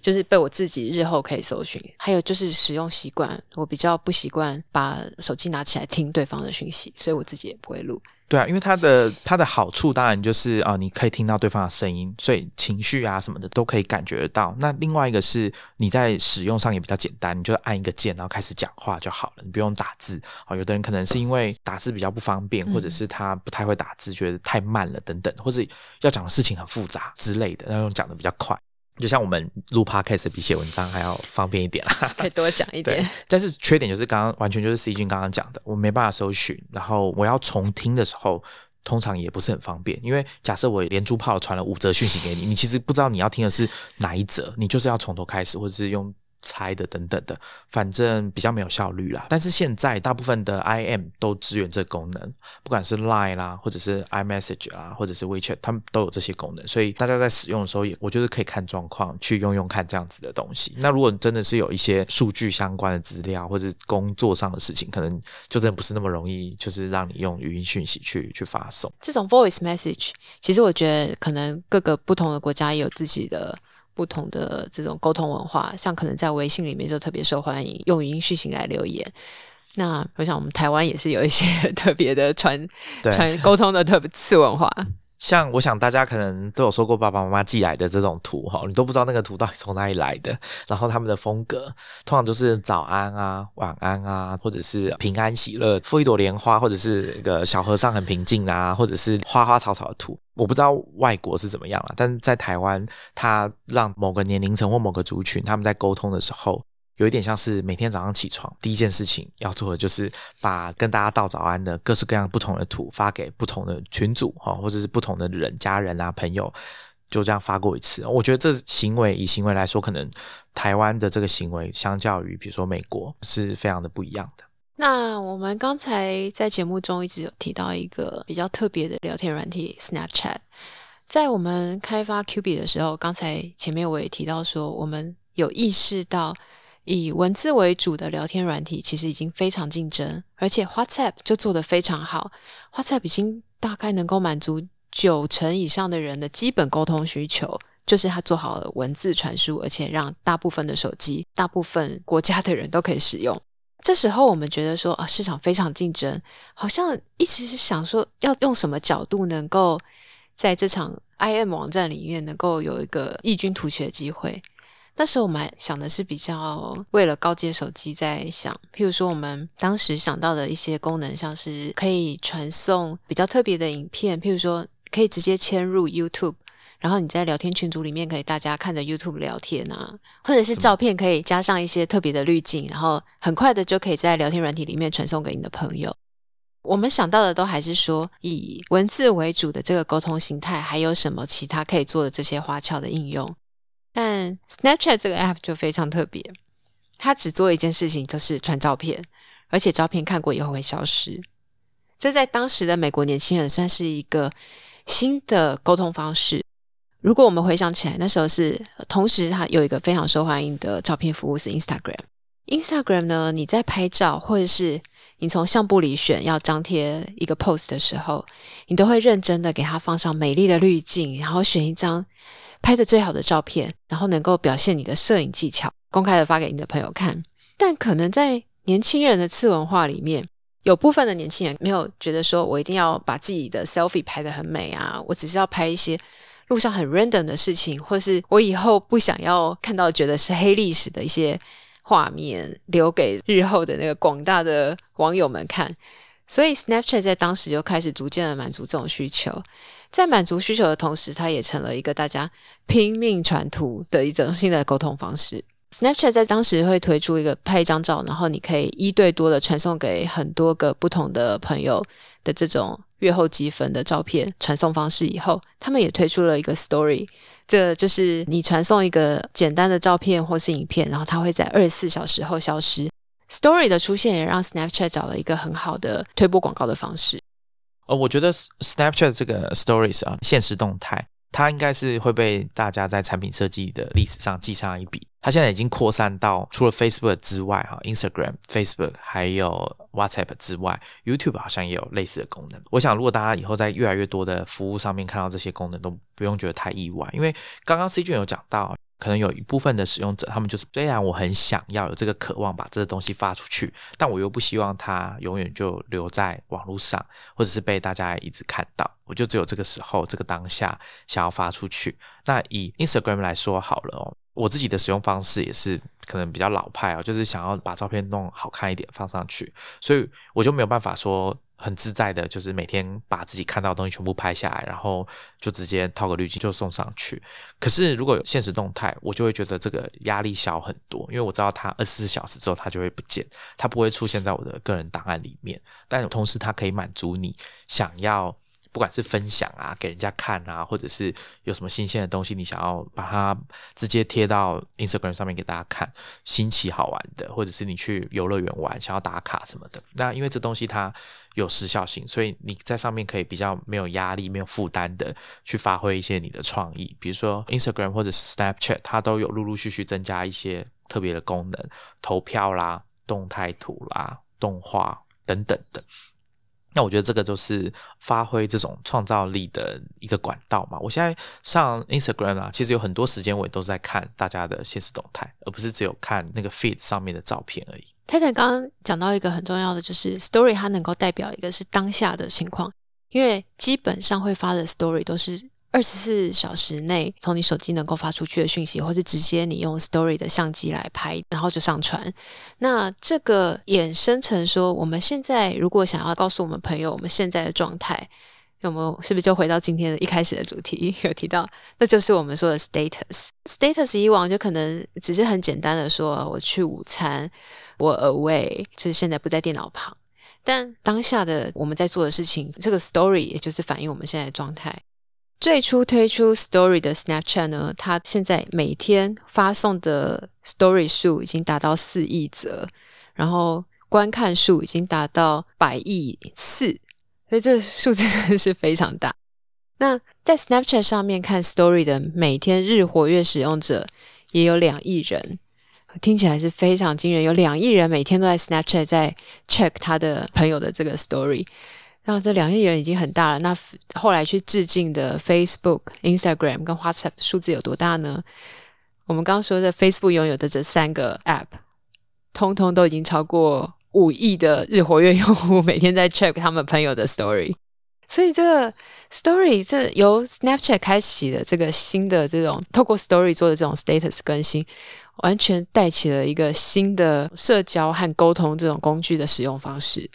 就是被我自己日后可以搜寻。还有就是使用习惯，我比较不习惯把手机拿起来听对方的讯息，所以我自己也不会录。 对啊，因为它的它的好处当然就是啊、呃，你可以听到对方的声音，所以情绪啊什么的都可以感觉得到。那另外一个是你在使用上也比较简单，你就按一个键然后开始讲话就好了，你不用打字。哦，有的人可能是因为打字比较不方便，或者是他不太会打字，觉得太慢了等等，或者要讲的事情很复杂之类的，那用讲的比较快。就像我们录 podcast 比写文章还要方便一点啦， 可以多讲一点。 但是缺点就是刚刚完全就是 C 君刚刚讲的，我没办法搜寻，然后我要重听的时候通常也不是很方便，因为假设我连珠炮传了五则讯息给你，你其实不知道你要听的是哪一则，你就是要从头开始，或者是用猜的等等的，反正比较没有效率啦。但是现在大部分的 I M 都支援这个功能，不管是 Line 啦，或者是 iMessage 啦，或者是 WeChat， 他们都有这些功能，所以大家在使用的时候也我觉得可以看状况去用用看这样子的东西。那如果真的是有一些数据相关的资料或者是工作上的事情，可能就真的不是那么容易就是让你用语音讯息去去发送。 这种 Voice Message 其实我觉得可能各个不同的国家也有自己的不同的这种沟通文化，像可能在微信里面就特别受欢迎，用语音讯息来留言。那我想我们台湾也是有一些特别的传传沟通的特别次文化。 像我想大家可能都有收过爸爸妈妈寄来的这种图齁，你都不知道那个图到底从哪里来的，然后他们的风格通常就是早安啊、晚安啊，或者是平安喜乐，附一朵莲花，或者是一个小和尚很平静啊，或者是花花草草的图。我不知道外国是怎么样啦，但是在台湾它让某个年龄层或某个族群他们在沟通的时候有一点像是每天早上起床第一件事情要做的就是把跟大家道早安的各式各样不同的图发给不同的群组或者是不同的人，家人啊朋友，就这样发过一次。我觉得这行为以行为来说，可能台湾的这个行为相较于比如说美国是非常的不一样的。 那我们刚才在节目中一直有提到一个比较特别的聊天软体 Snapchat。 在我们开发 Cubic 的时候，刚才前面我也提到说，我们有意识到以文字为主的聊天软体其实已经非常竞争，而且 WhatsApp 就做得非常好。 WhatsApp 已经大概能够满足九成以上的人的基本沟通需求，就是它做好了文字传输，而且让大部分的手机大部分国家的人都可以使用。这时候我们觉得说啊，市场非常竞争，好像一直是想说要用什么角度能够在这场 I M 网站里面能够有一个异军突起的机会。那时候我们想的是比较为了高阶手机在想，譬如说我们当时想到的一些功能，像是可以传送比较特别的影片，譬如说可以直接嵌入 YouTube， 然后你在聊天群组里面可以大家看着 YouTube 聊天啊，或者是照片可以加上一些特别的滤镜，然后很快的就可以在聊天软体里面传送给你的朋友。我们想到的都还是说以文字为主的这个沟通形态，还有什么其他可以做的这些花俏的应用。但 Snapchat 这个 app 就非常特别，它只做一件事情，就是传照片，而且照片看过以后会消失。这在当时的美国年轻人算是一个新的沟通方式。如果我们回想起来，那时候是同时它有一个非常受欢迎的照片服务是 Instagram。 Instagram 呢，你在拍照或者是你从相簿里选要张贴一个 post 的时候，你都会认真的给它放上美丽的滤镜，然后选一张拍的最好的照片，然后能够表现你的摄影技巧，公开的发给你的朋友看。但可能在年轻人的次文化里面，有部分的年轻人没有觉得说我一定要把自己的 selfie 拍得很美啊，我只是要拍一些路上很 random 的事情，或是我以后不想要看到觉得是黑历史的一些画面留给日后的那个广大的网友们看。所以 Snapchat 在当时就开始逐渐的满足这种需求。在满足需求的同时，它也成了一个大家拼命传图的一种新的沟通方式。Snapchat 在当时会推出一个拍一张照，然后你可以一对多的传送给很多个不同的朋友的这种阅后积分的照片传送方式以后，他们也推出了一个 Story， 这就是你传送一个简单的照片或是影片，然后它会在二十四小时后消失。Story 的出现也让 Snapchat 找了一个很好的推播广告的方式。 呃，我觉得 Snapchat 这个 Stories 啊，限时动态，它应该是会被大家在产品设计的历史上记上一笔。它现在已经扩散到除了 Facebook 之外哈 ，Instagram、Facebook 还有 WhatsApp 之外 ，YouTube 好像也有类似的功能。我想如果大家以后在越来越多的服务上面看到这些功能，都不用觉得太意外，因为刚刚 C 君有讲到， 可能有一部分的使用者，他们就是虽然我很想要有这个渴望把这个东西发出去，但我又不希望它永远就留在网络上，或者是被大家一直看到，我就只有这个时候这个当下想要发出去。那以 Instagram 来说好了哦，我自己的使用方式也是可能比较老派哦，就是想要把照片弄好看一点放上去，所以我就没有办法说很自在的就是每天把自己看到的东西全部拍下来，然后就直接套个滤镜就送上去。可是如果有限时动态，我就会觉得这个压力小很多，因为我知道它二十四小时之后它就会不见，它不会出现在我的个人档案里面，但同时它可以满足你想要不管是分享啊给人家看啊，或者是有什么新鲜的东西你想要把它直接贴到 Instagram 上面给大家看，新奇好玩的，或者是你去游乐园玩想要打卡什么的，那因为这东西它有时效性，所以你在上面可以比较没有压力没有负担的去发挥一些你的创意。比如说 Instagram 或者是 Snapchat 它都有陆陆续续增加一些特别的功能，投票啦动态图啦动画等等的，那我觉得这个就是发挥这种创造力的一个管道嘛。我现在上 Instagram 啊，其实有很多时间我也都是在看大家的限时动态，而不是只有看那个 feed 上面的照片而已。 太太刚刚讲到一个很重要的，就是 story 它能够代表一个是当下的情况，因为基本上会发的 story 都是二十四小时内从你手机能够发出去的讯息，或是直接你用 story 的相机来拍然后就上传。那这个衍生成说，我们现在如果想要告诉我们朋友我们现在的状态，有没有是不是就回到今天的一开始的主题有提到，那就是我们说的 status。 status 以往就可能只是很简单的说我去午餐，我 away， 就是现在不在电脑旁，但当下的我们在做的事情，这个 story 也就是反映我们现在的状态。最初推出 Story 的 Snapchat 呢，它现在每天发送的 Story 数已经达到四亿则，然后观看数已经达到百亿次，所以这个数字真的是非常大。那在 Snapchat 上面看 Story 的每天日活跃使用者也有两亿人，听起来是非常惊人，有两亿人每天都在 Snapchat 在 check 他的朋友的这个 Story。然后这两亿人已经很大了，那后来去致敬的 Facebook、Instagram 跟 WhatsApp 的数字有多大呢？我们刚刚说的 Facebook 拥有的这三个 App 通通都已经超过五亿的日活跃用户每天在 check 他们朋友的 Story。 所以这个 Story 这由 Snapchat 开启的这个新的这种透过 Story 做的这种 status 更新，完全带起了一个新的社交和沟通这种工具的使用方式。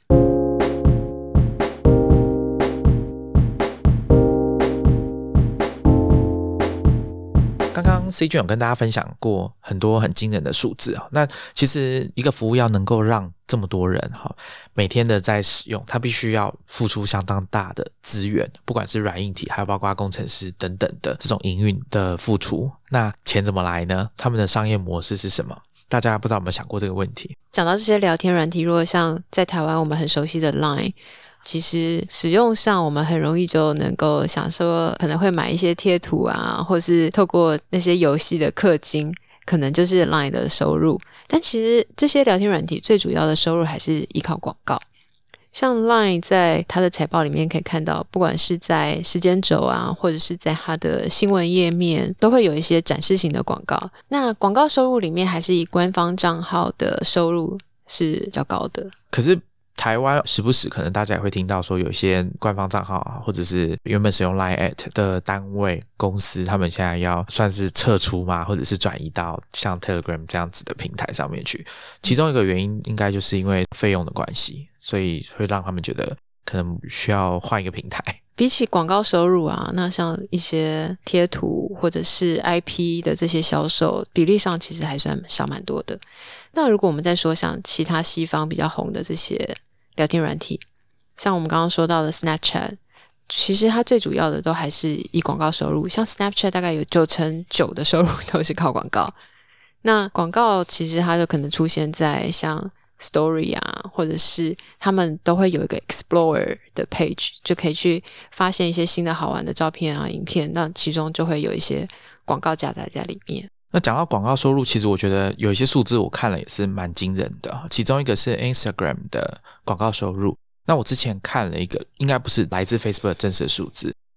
刚刚 C 君有跟大家分享过很多很惊人的数字，那其实一个服务要能够让这么多人每天的在使用，它必须要付出相当大的资源，不管是软硬体还有包括工程师等等的这种营运的付出。那钱怎么来呢？他们的商业模式是什么？大家不知道有没有想过这个问题？ 讲到这些聊天软体，如果像在台湾我们很熟悉的 Line，其实使用上我们很容易就能够想说可能会买一些贴图啊，或是透过那些游戏的氪金，可能就是 Line 的收入。但其实这些聊天软体最主要的收入还是依靠广告。像 Line 在它的财报里面可以看到，不管是在时间轴啊，或者是在它的新闻页面，都会有一些展示型的广告。那广告收入里面还是以官方账号的收入是比较高的。 可是台湾时不时可能大家也会听到说有一些官方账号或者是原本使用 Line at 的单位公司，他们现在要算是撤出嘛，或者是转移到像 Telegram 这样子的平台上面去。其中一个原因应该就是因为费用的关系，所以会让他们觉得可能需要换一个平台。 比起广告收入啊，那像一些贴图或者是 I P 的这些销售比例上其实还算少蛮多的。那如果我们再说像其他西方比较红的这些聊天软体，像我们刚刚说到的 Snapchat， 其实它最主要的都还是以广告收入，像 Snapchat 大概有九成九的收入都是靠广告。那广告其实它就可能出现在像 Story 啊，或者是他们都会有一个 Explorer 的 page， 就可以去发现一些新的好玩的照片啊影片，那其中就会有一些广告夹杂在里面。 那讲到广告收入，其实我觉得有一些数字我看了也是蛮惊人的，其中一个是 Instagram 的广告收入。那我之前看了一个，应该不是来自 Facebook 的真实的数字，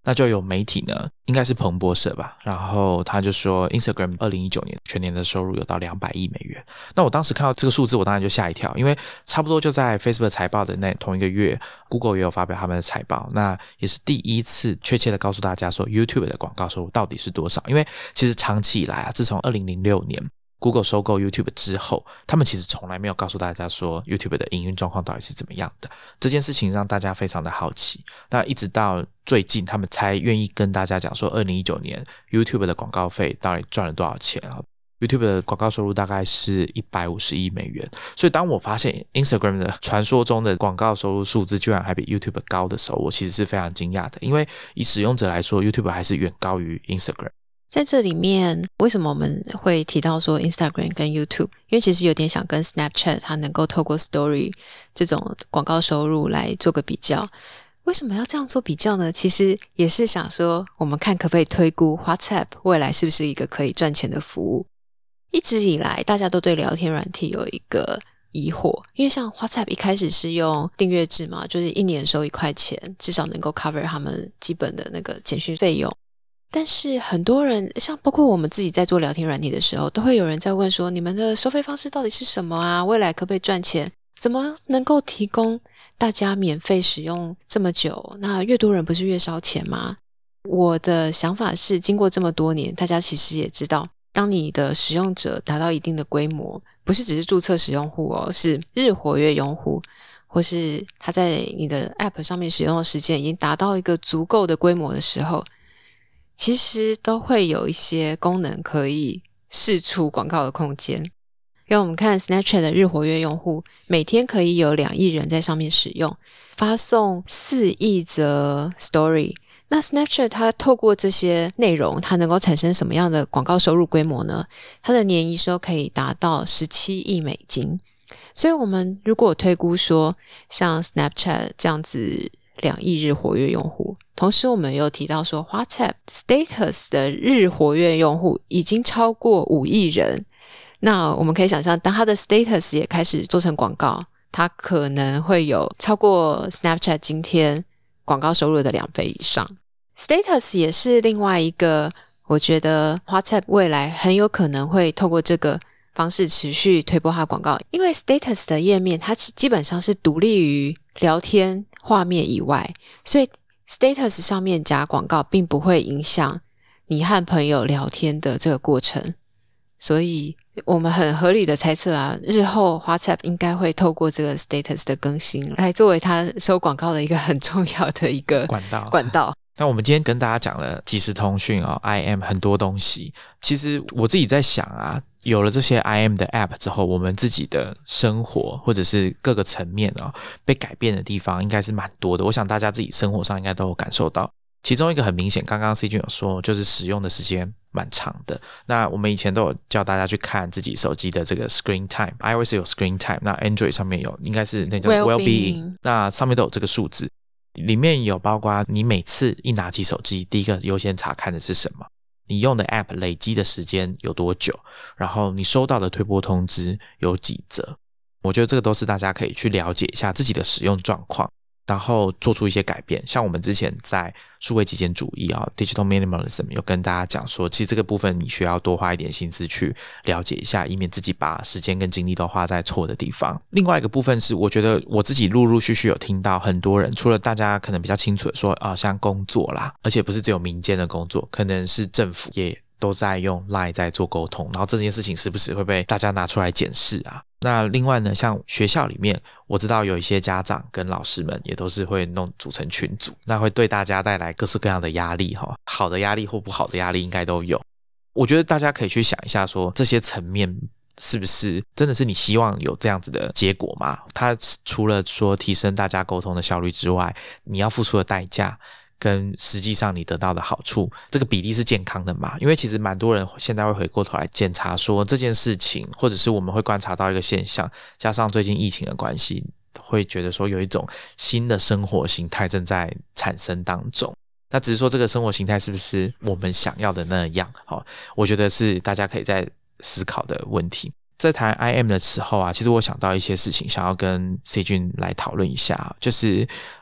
那就有媒体呢，应该是彭博社吧，然后他就说 Instagram 二零一九年全年的收入有到两百亿美元。那我当时看到这个数字，我当然就吓一跳，因为差不多就在 Facebook 财报的那同一个月， Google 也有发表他们的财报，那也是第一次确切的告诉大家说 YouTube 的广告收入到底是多少。因为其实长期以来啊，自从二零零六年Google 收购 YouTube 之后，他们其实从来没有告诉大家说 YouTube 的营运状况到底是怎么样的。这件事情让大家非常的好奇，那一直到最近他们才愿意跟大家讲说二零一九年 YouTube 的广告费到底赚了多少钱。 YouTube 的广告收入大概是一百五十亿美元。所以当我发现 Instagram 的传说中的广告收入数字居然还比 YouTube 高的时候，我其实是非常惊讶的，因为以使用者来说 YouTube 还是远高于 Instagram。 在这里面为什么我们会提到说 Instagram 跟 YouTube， 因为其实有点想跟 Snapchat 它能够透过 Story 这种广告收入来做个比较。为什么要这样做比较呢？其实也是想说我们看可不可以推估 WhatsApp 未来是不是一个可以赚钱的服务。一直以来大家都对聊天软体有一个疑惑，因为像 WhatsApp 一开始是用订阅制嘛，就是一年收一块钱，至少能够 cover 他们基本的那个简讯费用。但是很多人，像包括我们自己在做聊天软体的时候，都会有人在问说，你们的收费方式到底是什么啊？未来可不可以赚钱？怎么能够提供大家免费使用这么久？那越多人不是越烧钱吗？我的想法是，经过这么多年，大家其实也知道，当你的使用者达到一定的规模，不是只是注册使用户哦，是日活跃用户，或是他在你的 App 上面使用的时间已经达到一个足够的规模的时候，其实都会有一些功能可以释出广告的空间。因为我们看 Snapchat 的日活跃用户每天可以有两亿人在上面使用，发送四亿则 Story。 那 Snapchat 它透过这些内容，它能够产生什么样的广告收入规模呢？它的年营收可以达到十七亿美金。所以我们如果推估说像 Snapchat 这样子两亿日活跃用户，同时我们又提到说 WhatsApp Status 的日活跃用户已经超过五亿人，那我们可以想象，当它的 Status 也开始做成广告，它可能会有超过 Snapchat 今天广告收入的两倍以上。 Status 也是另外一个我觉得 WhatsApp 未来很有可能会透过这个方式持续推播它的广告，因为 Status 的页面它基本上是独立于聊天画面以外，所以 Status 上面加广告并不会影响你和朋友聊天的这个过程。所以我们很合理的猜测啊，日后 WhatsApp 应该会透过这个 Status 的更新来作为它收广告的一个很重要的一个管道管道。 那我们今天跟大家讲了即时通讯哦 I M 很多东西，其实我自己在想啊，有了这些 I M 的 App 之后，我们自己的生活或者是各个层面哦，被改变的地方应该是蛮多的。我想大家自己生活上应该都有感受到。其中一个很明显，刚刚 C 君有说，就是使用的时间蛮长的。那我们以前都有叫大家去看自己手机的这个 screen time， iOS 有 screen time， 那 Android 上面有，应该是那叫 well-being， 那上面都有这个数字，里面有包括你每次一拿起手机，第一个优先查看的是什么，你用的 App 累积的时间有多久，然后你收到的推播通知有几则。我觉得这个都是大家可以去了解一下自己的使用状况，然后做出一些改变。像我们之前在数位极简主义啊 Digital Minimalism 有跟大家讲说，其实这个部分你需要多花一点心思去了解一下，以免自己把时间跟精力都花在错的地方。另外一个部分是，我觉得我自己陆陆续续有听到很多人，除了大家可能比较清楚的说啊，像工作啦，而且不是只有民间的工作，可能是政府也都在用 LINE 在做沟通，然后这件事情时不时会被大家拿出来检视啊。那另外呢，像学校里面，我知道有一些家长跟老师们也都是会弄组成群组，那会对大家带来各式各样的压力，好的压力或不好的压力应该都有。我觉得大家可以去想一下说，这些层面是不是真的是你希望有这样子的结果吗？它除了说提升大家沟通的效率之外，你要付出的代价跟实际上你得到的好处，这个比例是健康的嘛？因为其实蛮多人现在会回过头来检查说这件事情，或者是我们会观察到一个现象，加上最近疫情的关系，会觉得说有一种新的生活形态正在产生当中。那只是说这个生活形态是不是我们想要的那样，我觉得是大家可以在思考的问题。在谈 I M 的时候啊，其实我想到一些事情想要跟 C 君来讨论一下，就是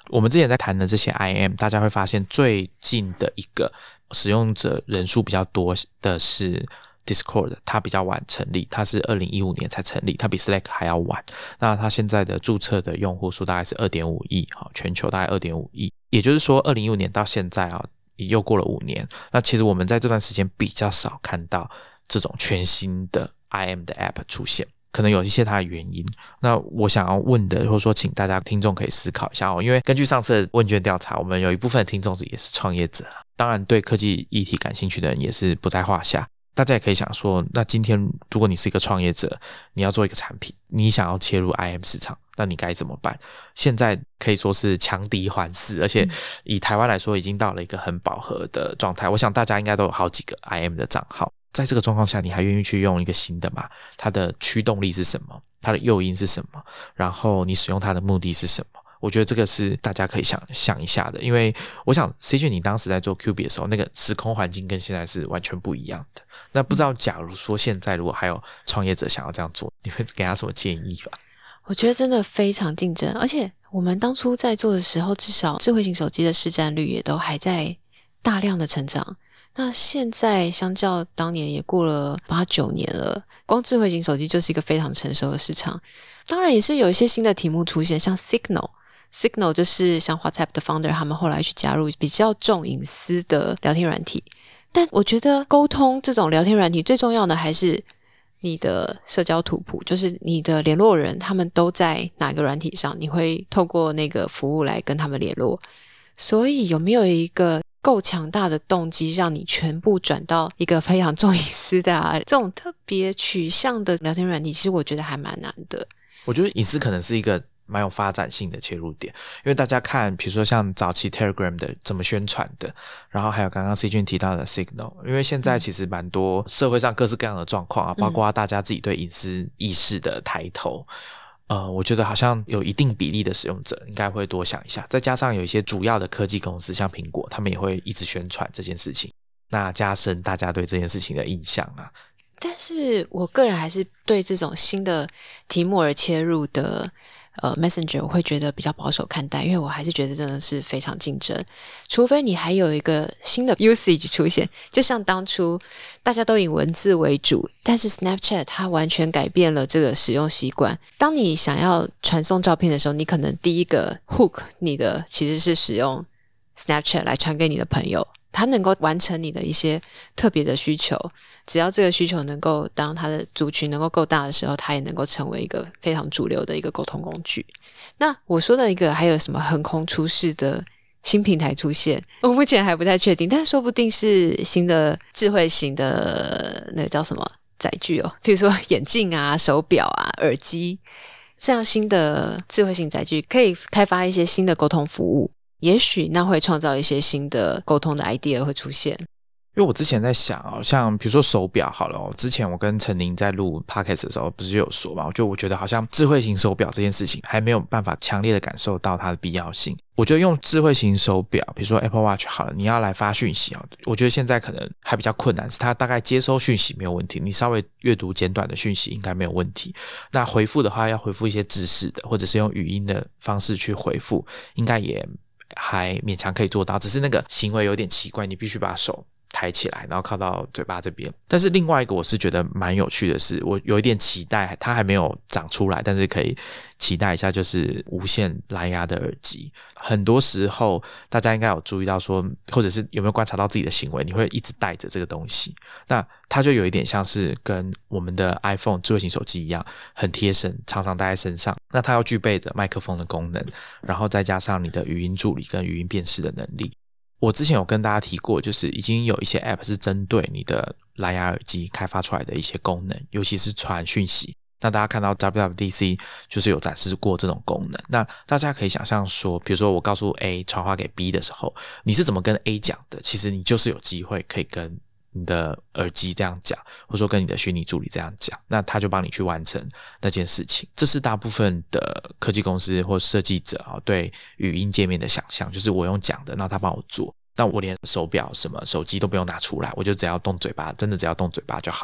我们之前在谈的这些 I M， 大家会发现最近的一个使用者人数比较多的是 Discord， 它比较晚成立，它是二零一五年才成立，它比 Slack 还要晚。那它现在的注册的用户数大概是 二点五亿，全球大概 二点五亿，也就是说二零一五年到现在啊，又过了五年。那其实我们在这段时间比较少看到这种全新的 I M 的 App 出现，可能有一些它的原因。那我想要问的，或者说请大家听众可以思考一下哦，因为根据上次的问卷调查，我们有一部分听众也是创业者，当然对科技议题感兴趣的人也是不在话下。大家也可以想说，那今天如果你是一个创业者，你要做一个产品，你想要切入 I M 市场，那你该怎么办？现在可以说是强敌环伺，而且以台湾来说已经到了一个很饱和的状态，我想大家应该都有好几个 I M 的账号，在这个状况下你还愿意去用一个新的吗？它的驱动力是什么？它的诱因是什么？然后你使用它的目的是什么？我觉得这个是大家可以想想一下的，因为我想 C J 你当时在做 Q B 的时候，那个时空环境跟现在是完全不一样的。那不知道假如说现在如果还有创业者想要这样做，你会给他什么建议吧？ 我觉得真的非常竞争，而且我们当初在做的时候，至少智慧型手机的市占率也都还在大量的成长。那现在相较当年也过了八九年了，光智慧型手机就是一个非常成熟的市场。当然也是有一些新的题目出现，像 Signal Signal 就是像 WhatsApp 的 founder 他们后来去加入比较重隐私的聊天软体。但我觉得沟通这种聊天软体最重要的还是你的社交图谱，就是你的联络人他们都在哪个软体上，你会透过那个服务来跟他们联络。所以有没有一个够强大的动机让你全部转到一个非常重隐私的啊这种特别取向的聊天软体，其实我觉得还蛮难的。 我觉得隐私可能是一个蛮有发展性的切入点，因为大家看比如说像早期 Telegram 的怎么宣传的，然后还有刚刚 C 君提到的 Signal， 因为现在其实蛮多社会上各式各样的状况啊，包括大家自己对隐私意识的抬头，呃，我觉得好像有一定比例的使用者应该会多想一下，再加上有一些主要的科技公司像苹果，他们也会一直宣传这件事情，那加深大家对这件事情的印象啊。 但是我个人还是对这种新的题目而切入的呃 Messenger 我会觉得比较保守看待，因为我还是觉得真的是非常竞争，除非你还有一个新的 usage 出现，就像当初大家都以文字为主，但是 Snapchat 它完全改变了这个使用习惯。当你想要传送照片的时候，你可能第一个 hook 你的其实是使用 Snapchat 来传给你的朋友，它能够完成你的一些特别的需求，只要这个需求能够当它的族群能够够大的时候，它也能够成为一个非常主流的一个沟通工具。那我说的一个还有什么横空出世的新平台出现，我目前还不太确定，但说不定是新的智慧型的那个叫什么载具哦，比如说眼镜啊、手表啊、耳机，这样新的智慧型载具可以开发一些新的沟通服务，也许那会创造一些新的沟通的 idea 会出现。 因为我之前在想哦，像比如说手表好了哦，之前我跟陈宁在录 podcast 的时候不是就有说嘛，就我觉得好像智慧型手表这件事情还没有办法强烈的感受到它的必要性。我觉得用智慧型手表，比如说 Apple Watch 好了，你要来发讯息哦，我觉得现在可能还比较困难，是它大概接收讯息没有问题，你稍微阅读简短的讯息应该没有问题。那回复的话要回复一些知识的，或者是用语音的方式去回复，应该也还勉强可以做到，只是那个行为有点奇怪，你必须把手抬起来然后靠到嘴巴这边。但是另外一个我是觉得蛮有趣的是，我有一点期待它还没有长出来，但是可以期待一下，就是无线蓝牙的耳机。很多时候大家应该有注意到说，或者是有没有观察到自己的行为，你会一直带着这个东西，那它就有一点像是跟我们的 iPhone 智慧型手机一样，很贴身，常常带在身上。那它要具备着麦克风的功能，然后再加上你的语音助理跟语音辨识的能力。我之前有跟大家提过，就是已经有一些 App 是针对你的蓝牙耳机开发出来的一些功能，尤其是传讯息。那大家看到 W W D C 就是有展示过这种功能，那大家可以想象说，比如说我告诉 A 传话给 B 的时候，你是怎么跟 A 讲的，其实你就是有机会可以跟你的耳机这样讲，或者说跟你的虚拟助理这样讲，那他就帮你去完成那件事情。这是大部分的科技公司或设计者对语音界面的想象，就是我用讲的，那他帮我做，那我连手表什么手机都不用拿出来，我就只要动嘴巴，真的只要动嘴巴就好。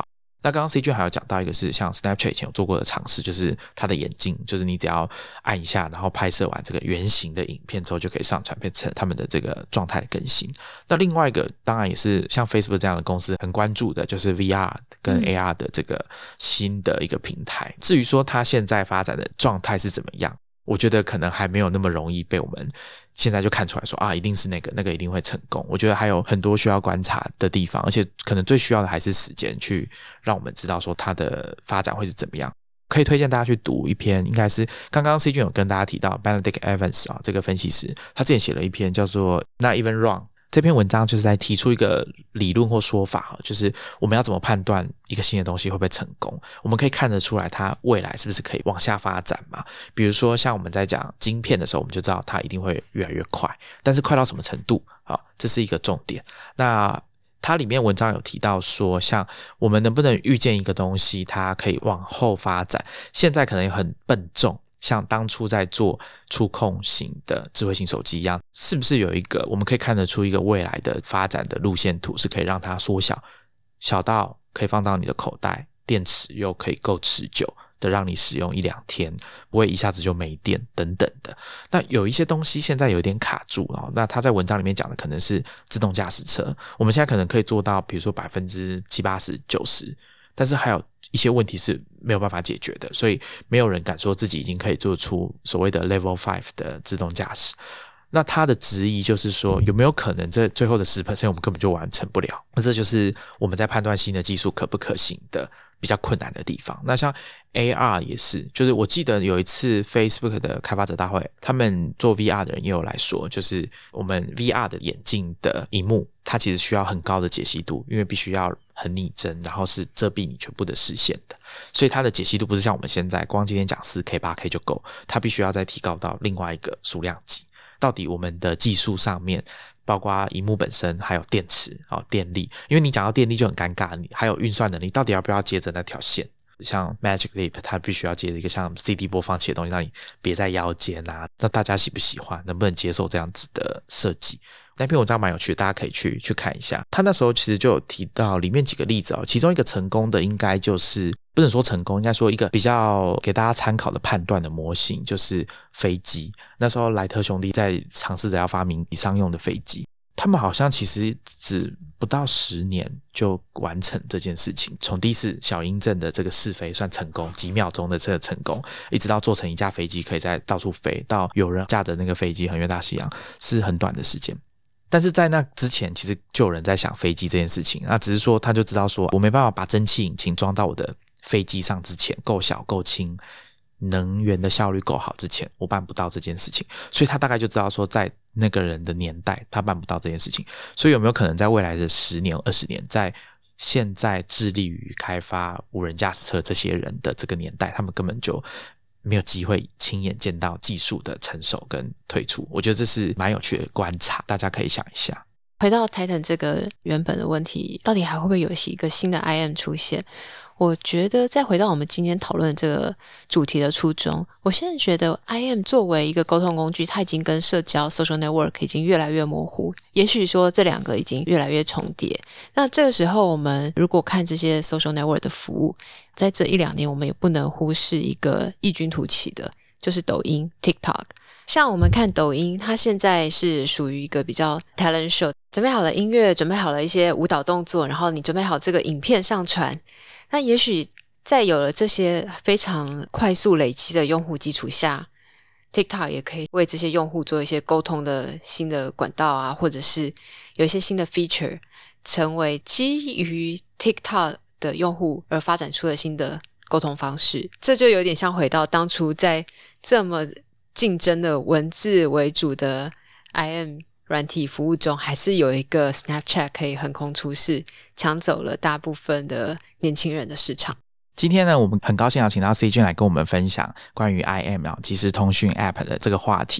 那刚刚 C 君还有讲到一个是像 Snapchat 以前有做过的尝试，就是它的眼镜，就是你只要按一下，然后拍摄完这个圆形的影片之后就可以上传变成他们的这个状态的更新。那另外一个当然也是像 Facebook 这样的公司很关注的，就是 V R 跟 A R 的这个新的一个平台。嗯、至于说它现在发展的状态是怎么样，我觉得可能还没有那么容易被我们现在就看出来说啊，一定是那个那个一定会成功。我觉得还有很多需要观察的地方，而且可能最需要的还是时间去让我们知道说它的发展会是怎么样。可以推荐大家去读一篇，应该是刚刚 C 君有跟大家提到 Benedict Evans 啊，这个分析师，他之前写了一篇叫做 Not Even Wrong。这篇文章就是在提出一个理论或说法，就是我们要怎么判断一个新的东西会不会成功。我们可以看得出来它未来是不是可以往下发展嘛。比如说像我们在讲晶片的时候，我们就知道它一定会越来越快，但是快到什么程度啊？这是一个重点。那它里面文章有提到说，像我们能不能预见一个东西它可以往后发展，现在可能也很笨重，像当初在做触控型的智慧型手机一样，是不是有一个我们可以看得出一个未来的发展的路线图，是可以让它缩小，小到可以放到你的口袋，电池又可以够持久的让你使用一两天，不会一下子就没电等等的。那有一些东西现在有点卡住了，那他在文章里面讲的可能是自动驾驶车，我们现在可能可以做到比如说 百分之七八十 九十，但是还有一些问题是没有办法解决的，所以没有人敢说自己已经可以做出所谓的 level 五 的自动驾驶。那他的质疑就是说，有没有可能这最后的 百分之十 我们根本就完成不了？那这就是我们在判断新的技术可不可行的比较困难的地方。那像 A R 也是，就是我记得有一次 Facebook 的开发者大会，他们做 V R 的人也有来说，就是我们 V R 的眼镜的萤幕，它其实需要很高的解析度，因为必须要很拟真，然后是遮蔽你全部的视线的，所以它的解析度不是像我们现在光今天讲 四 K 八 K 就够，它必须要再提高到另外一个数量级。到底我们的技术上面，包括萤幕本身还有电池、哦、电力，因为你讲到电力就很尴尬，你还有运算能力，到底要不要接着那条线？像 Magic Leap 它必须要接着一个像 C D 播放器的东西让你别在腰间啊，那大家喜不喜欢，能不能接受这样子的设计？那篇文章蛮有趣的，大家可以去去看一下。他那时候其实就有提到里面几个例子哦，其中一个成功的应该就是不能说成功，应该说一个比较给大家参考的判断的模型，就是飞机。那时候莱特兄弟在尝试着要发明商用的飞机，他们好像其实只不到十年就完成这件事情，从第一次小鹰镇的这个试飞算成功，几秒钟的这个成功，一直到做成一架飞机可以在到处飞，到有人驾着那个飞机横越大西洋，是很短的时间。但是在那之前其实就有人在想飞机这件事情，那只是说他就知道说我没办法把蒸汽引擎装到我的飞机上之前，够小够轻，能源的效率够好之前，我办不到这件事情，所以他大概就知道说在那个人的年代他办不到这件事情。所以有没有可能在未来的十年二十年，在现在致力于开发无人驾驶车这些人的这个年代，他们根本就没有机会亲眼见到技术的成熟跟退出？我觉得这是蛮有趣的观察，大家可以想一下。 回到 Titan 这个原本的问题，到底还会不会有一个新的 I M 出现？我觉得再回到我们今天讨论这个主题的初衷，我现在觉得 I M 作为一个沟通工具，它已经跟社交 social network 已经越来越模糊，也许说这两个已经越来越重叠。那这个时候我们如果看这些 social network 的服务，在这一两年我们也不能忽视一个异军突起的，就是抖音 TikTok。像我们看抖音，它现在是属于一个比较 talent show， 准备好了音乐，准备好了一些舞蹈动作，然后你准备好这个影片上传。那也许在有了这些非常快速累积的用户基础下， TikTok 也可以为这些用户做一些沟通的新的管道啊，或者是有一些新的 feature， 成为基于 TikTok 的用户而发展出的新的沟通方式。这就有点像回到当初在这么竞争的文字为主的 I M 软体服务中，还是有一个 Snapchat 可以横空出世，抢走了大部分的年轻人的市场。 今天呢，我们很高兴要请到 C 君来跟我们分享关于 I M 啊即时通讯 App 的这个话题啊。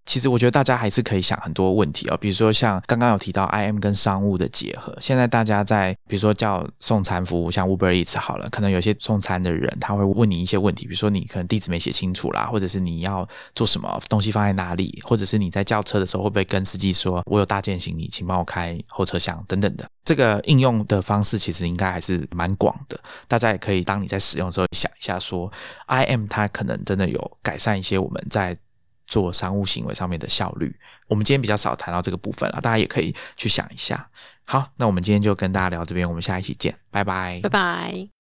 其实我觉得大家还是可以想很多问题哦，比如说像刚刚有提到 I M 跟商务的结合，现在大家在比如说叫送餐服务，像 Uber Eats 好了，可能有些送餐的人他会问你一些问题，比如说你可能地址没写清楚啦，或者是你要做什么东西放在哪里，或者是你在叫车的时候会不会跟司机说我有大件行李请帮我开后车厢等等的。这个应用的方式其实应该还是蛮广的，大家也可以当你在使用的时候想一下说 I M 它可能真的有改善一些我们在做商务行为上面的效率。我们今天比较少谈到这个部分啦，大家也可以去想一下。好，那我们今天就跟大家聊这边，我们下一期见，拜拜， 拜拜。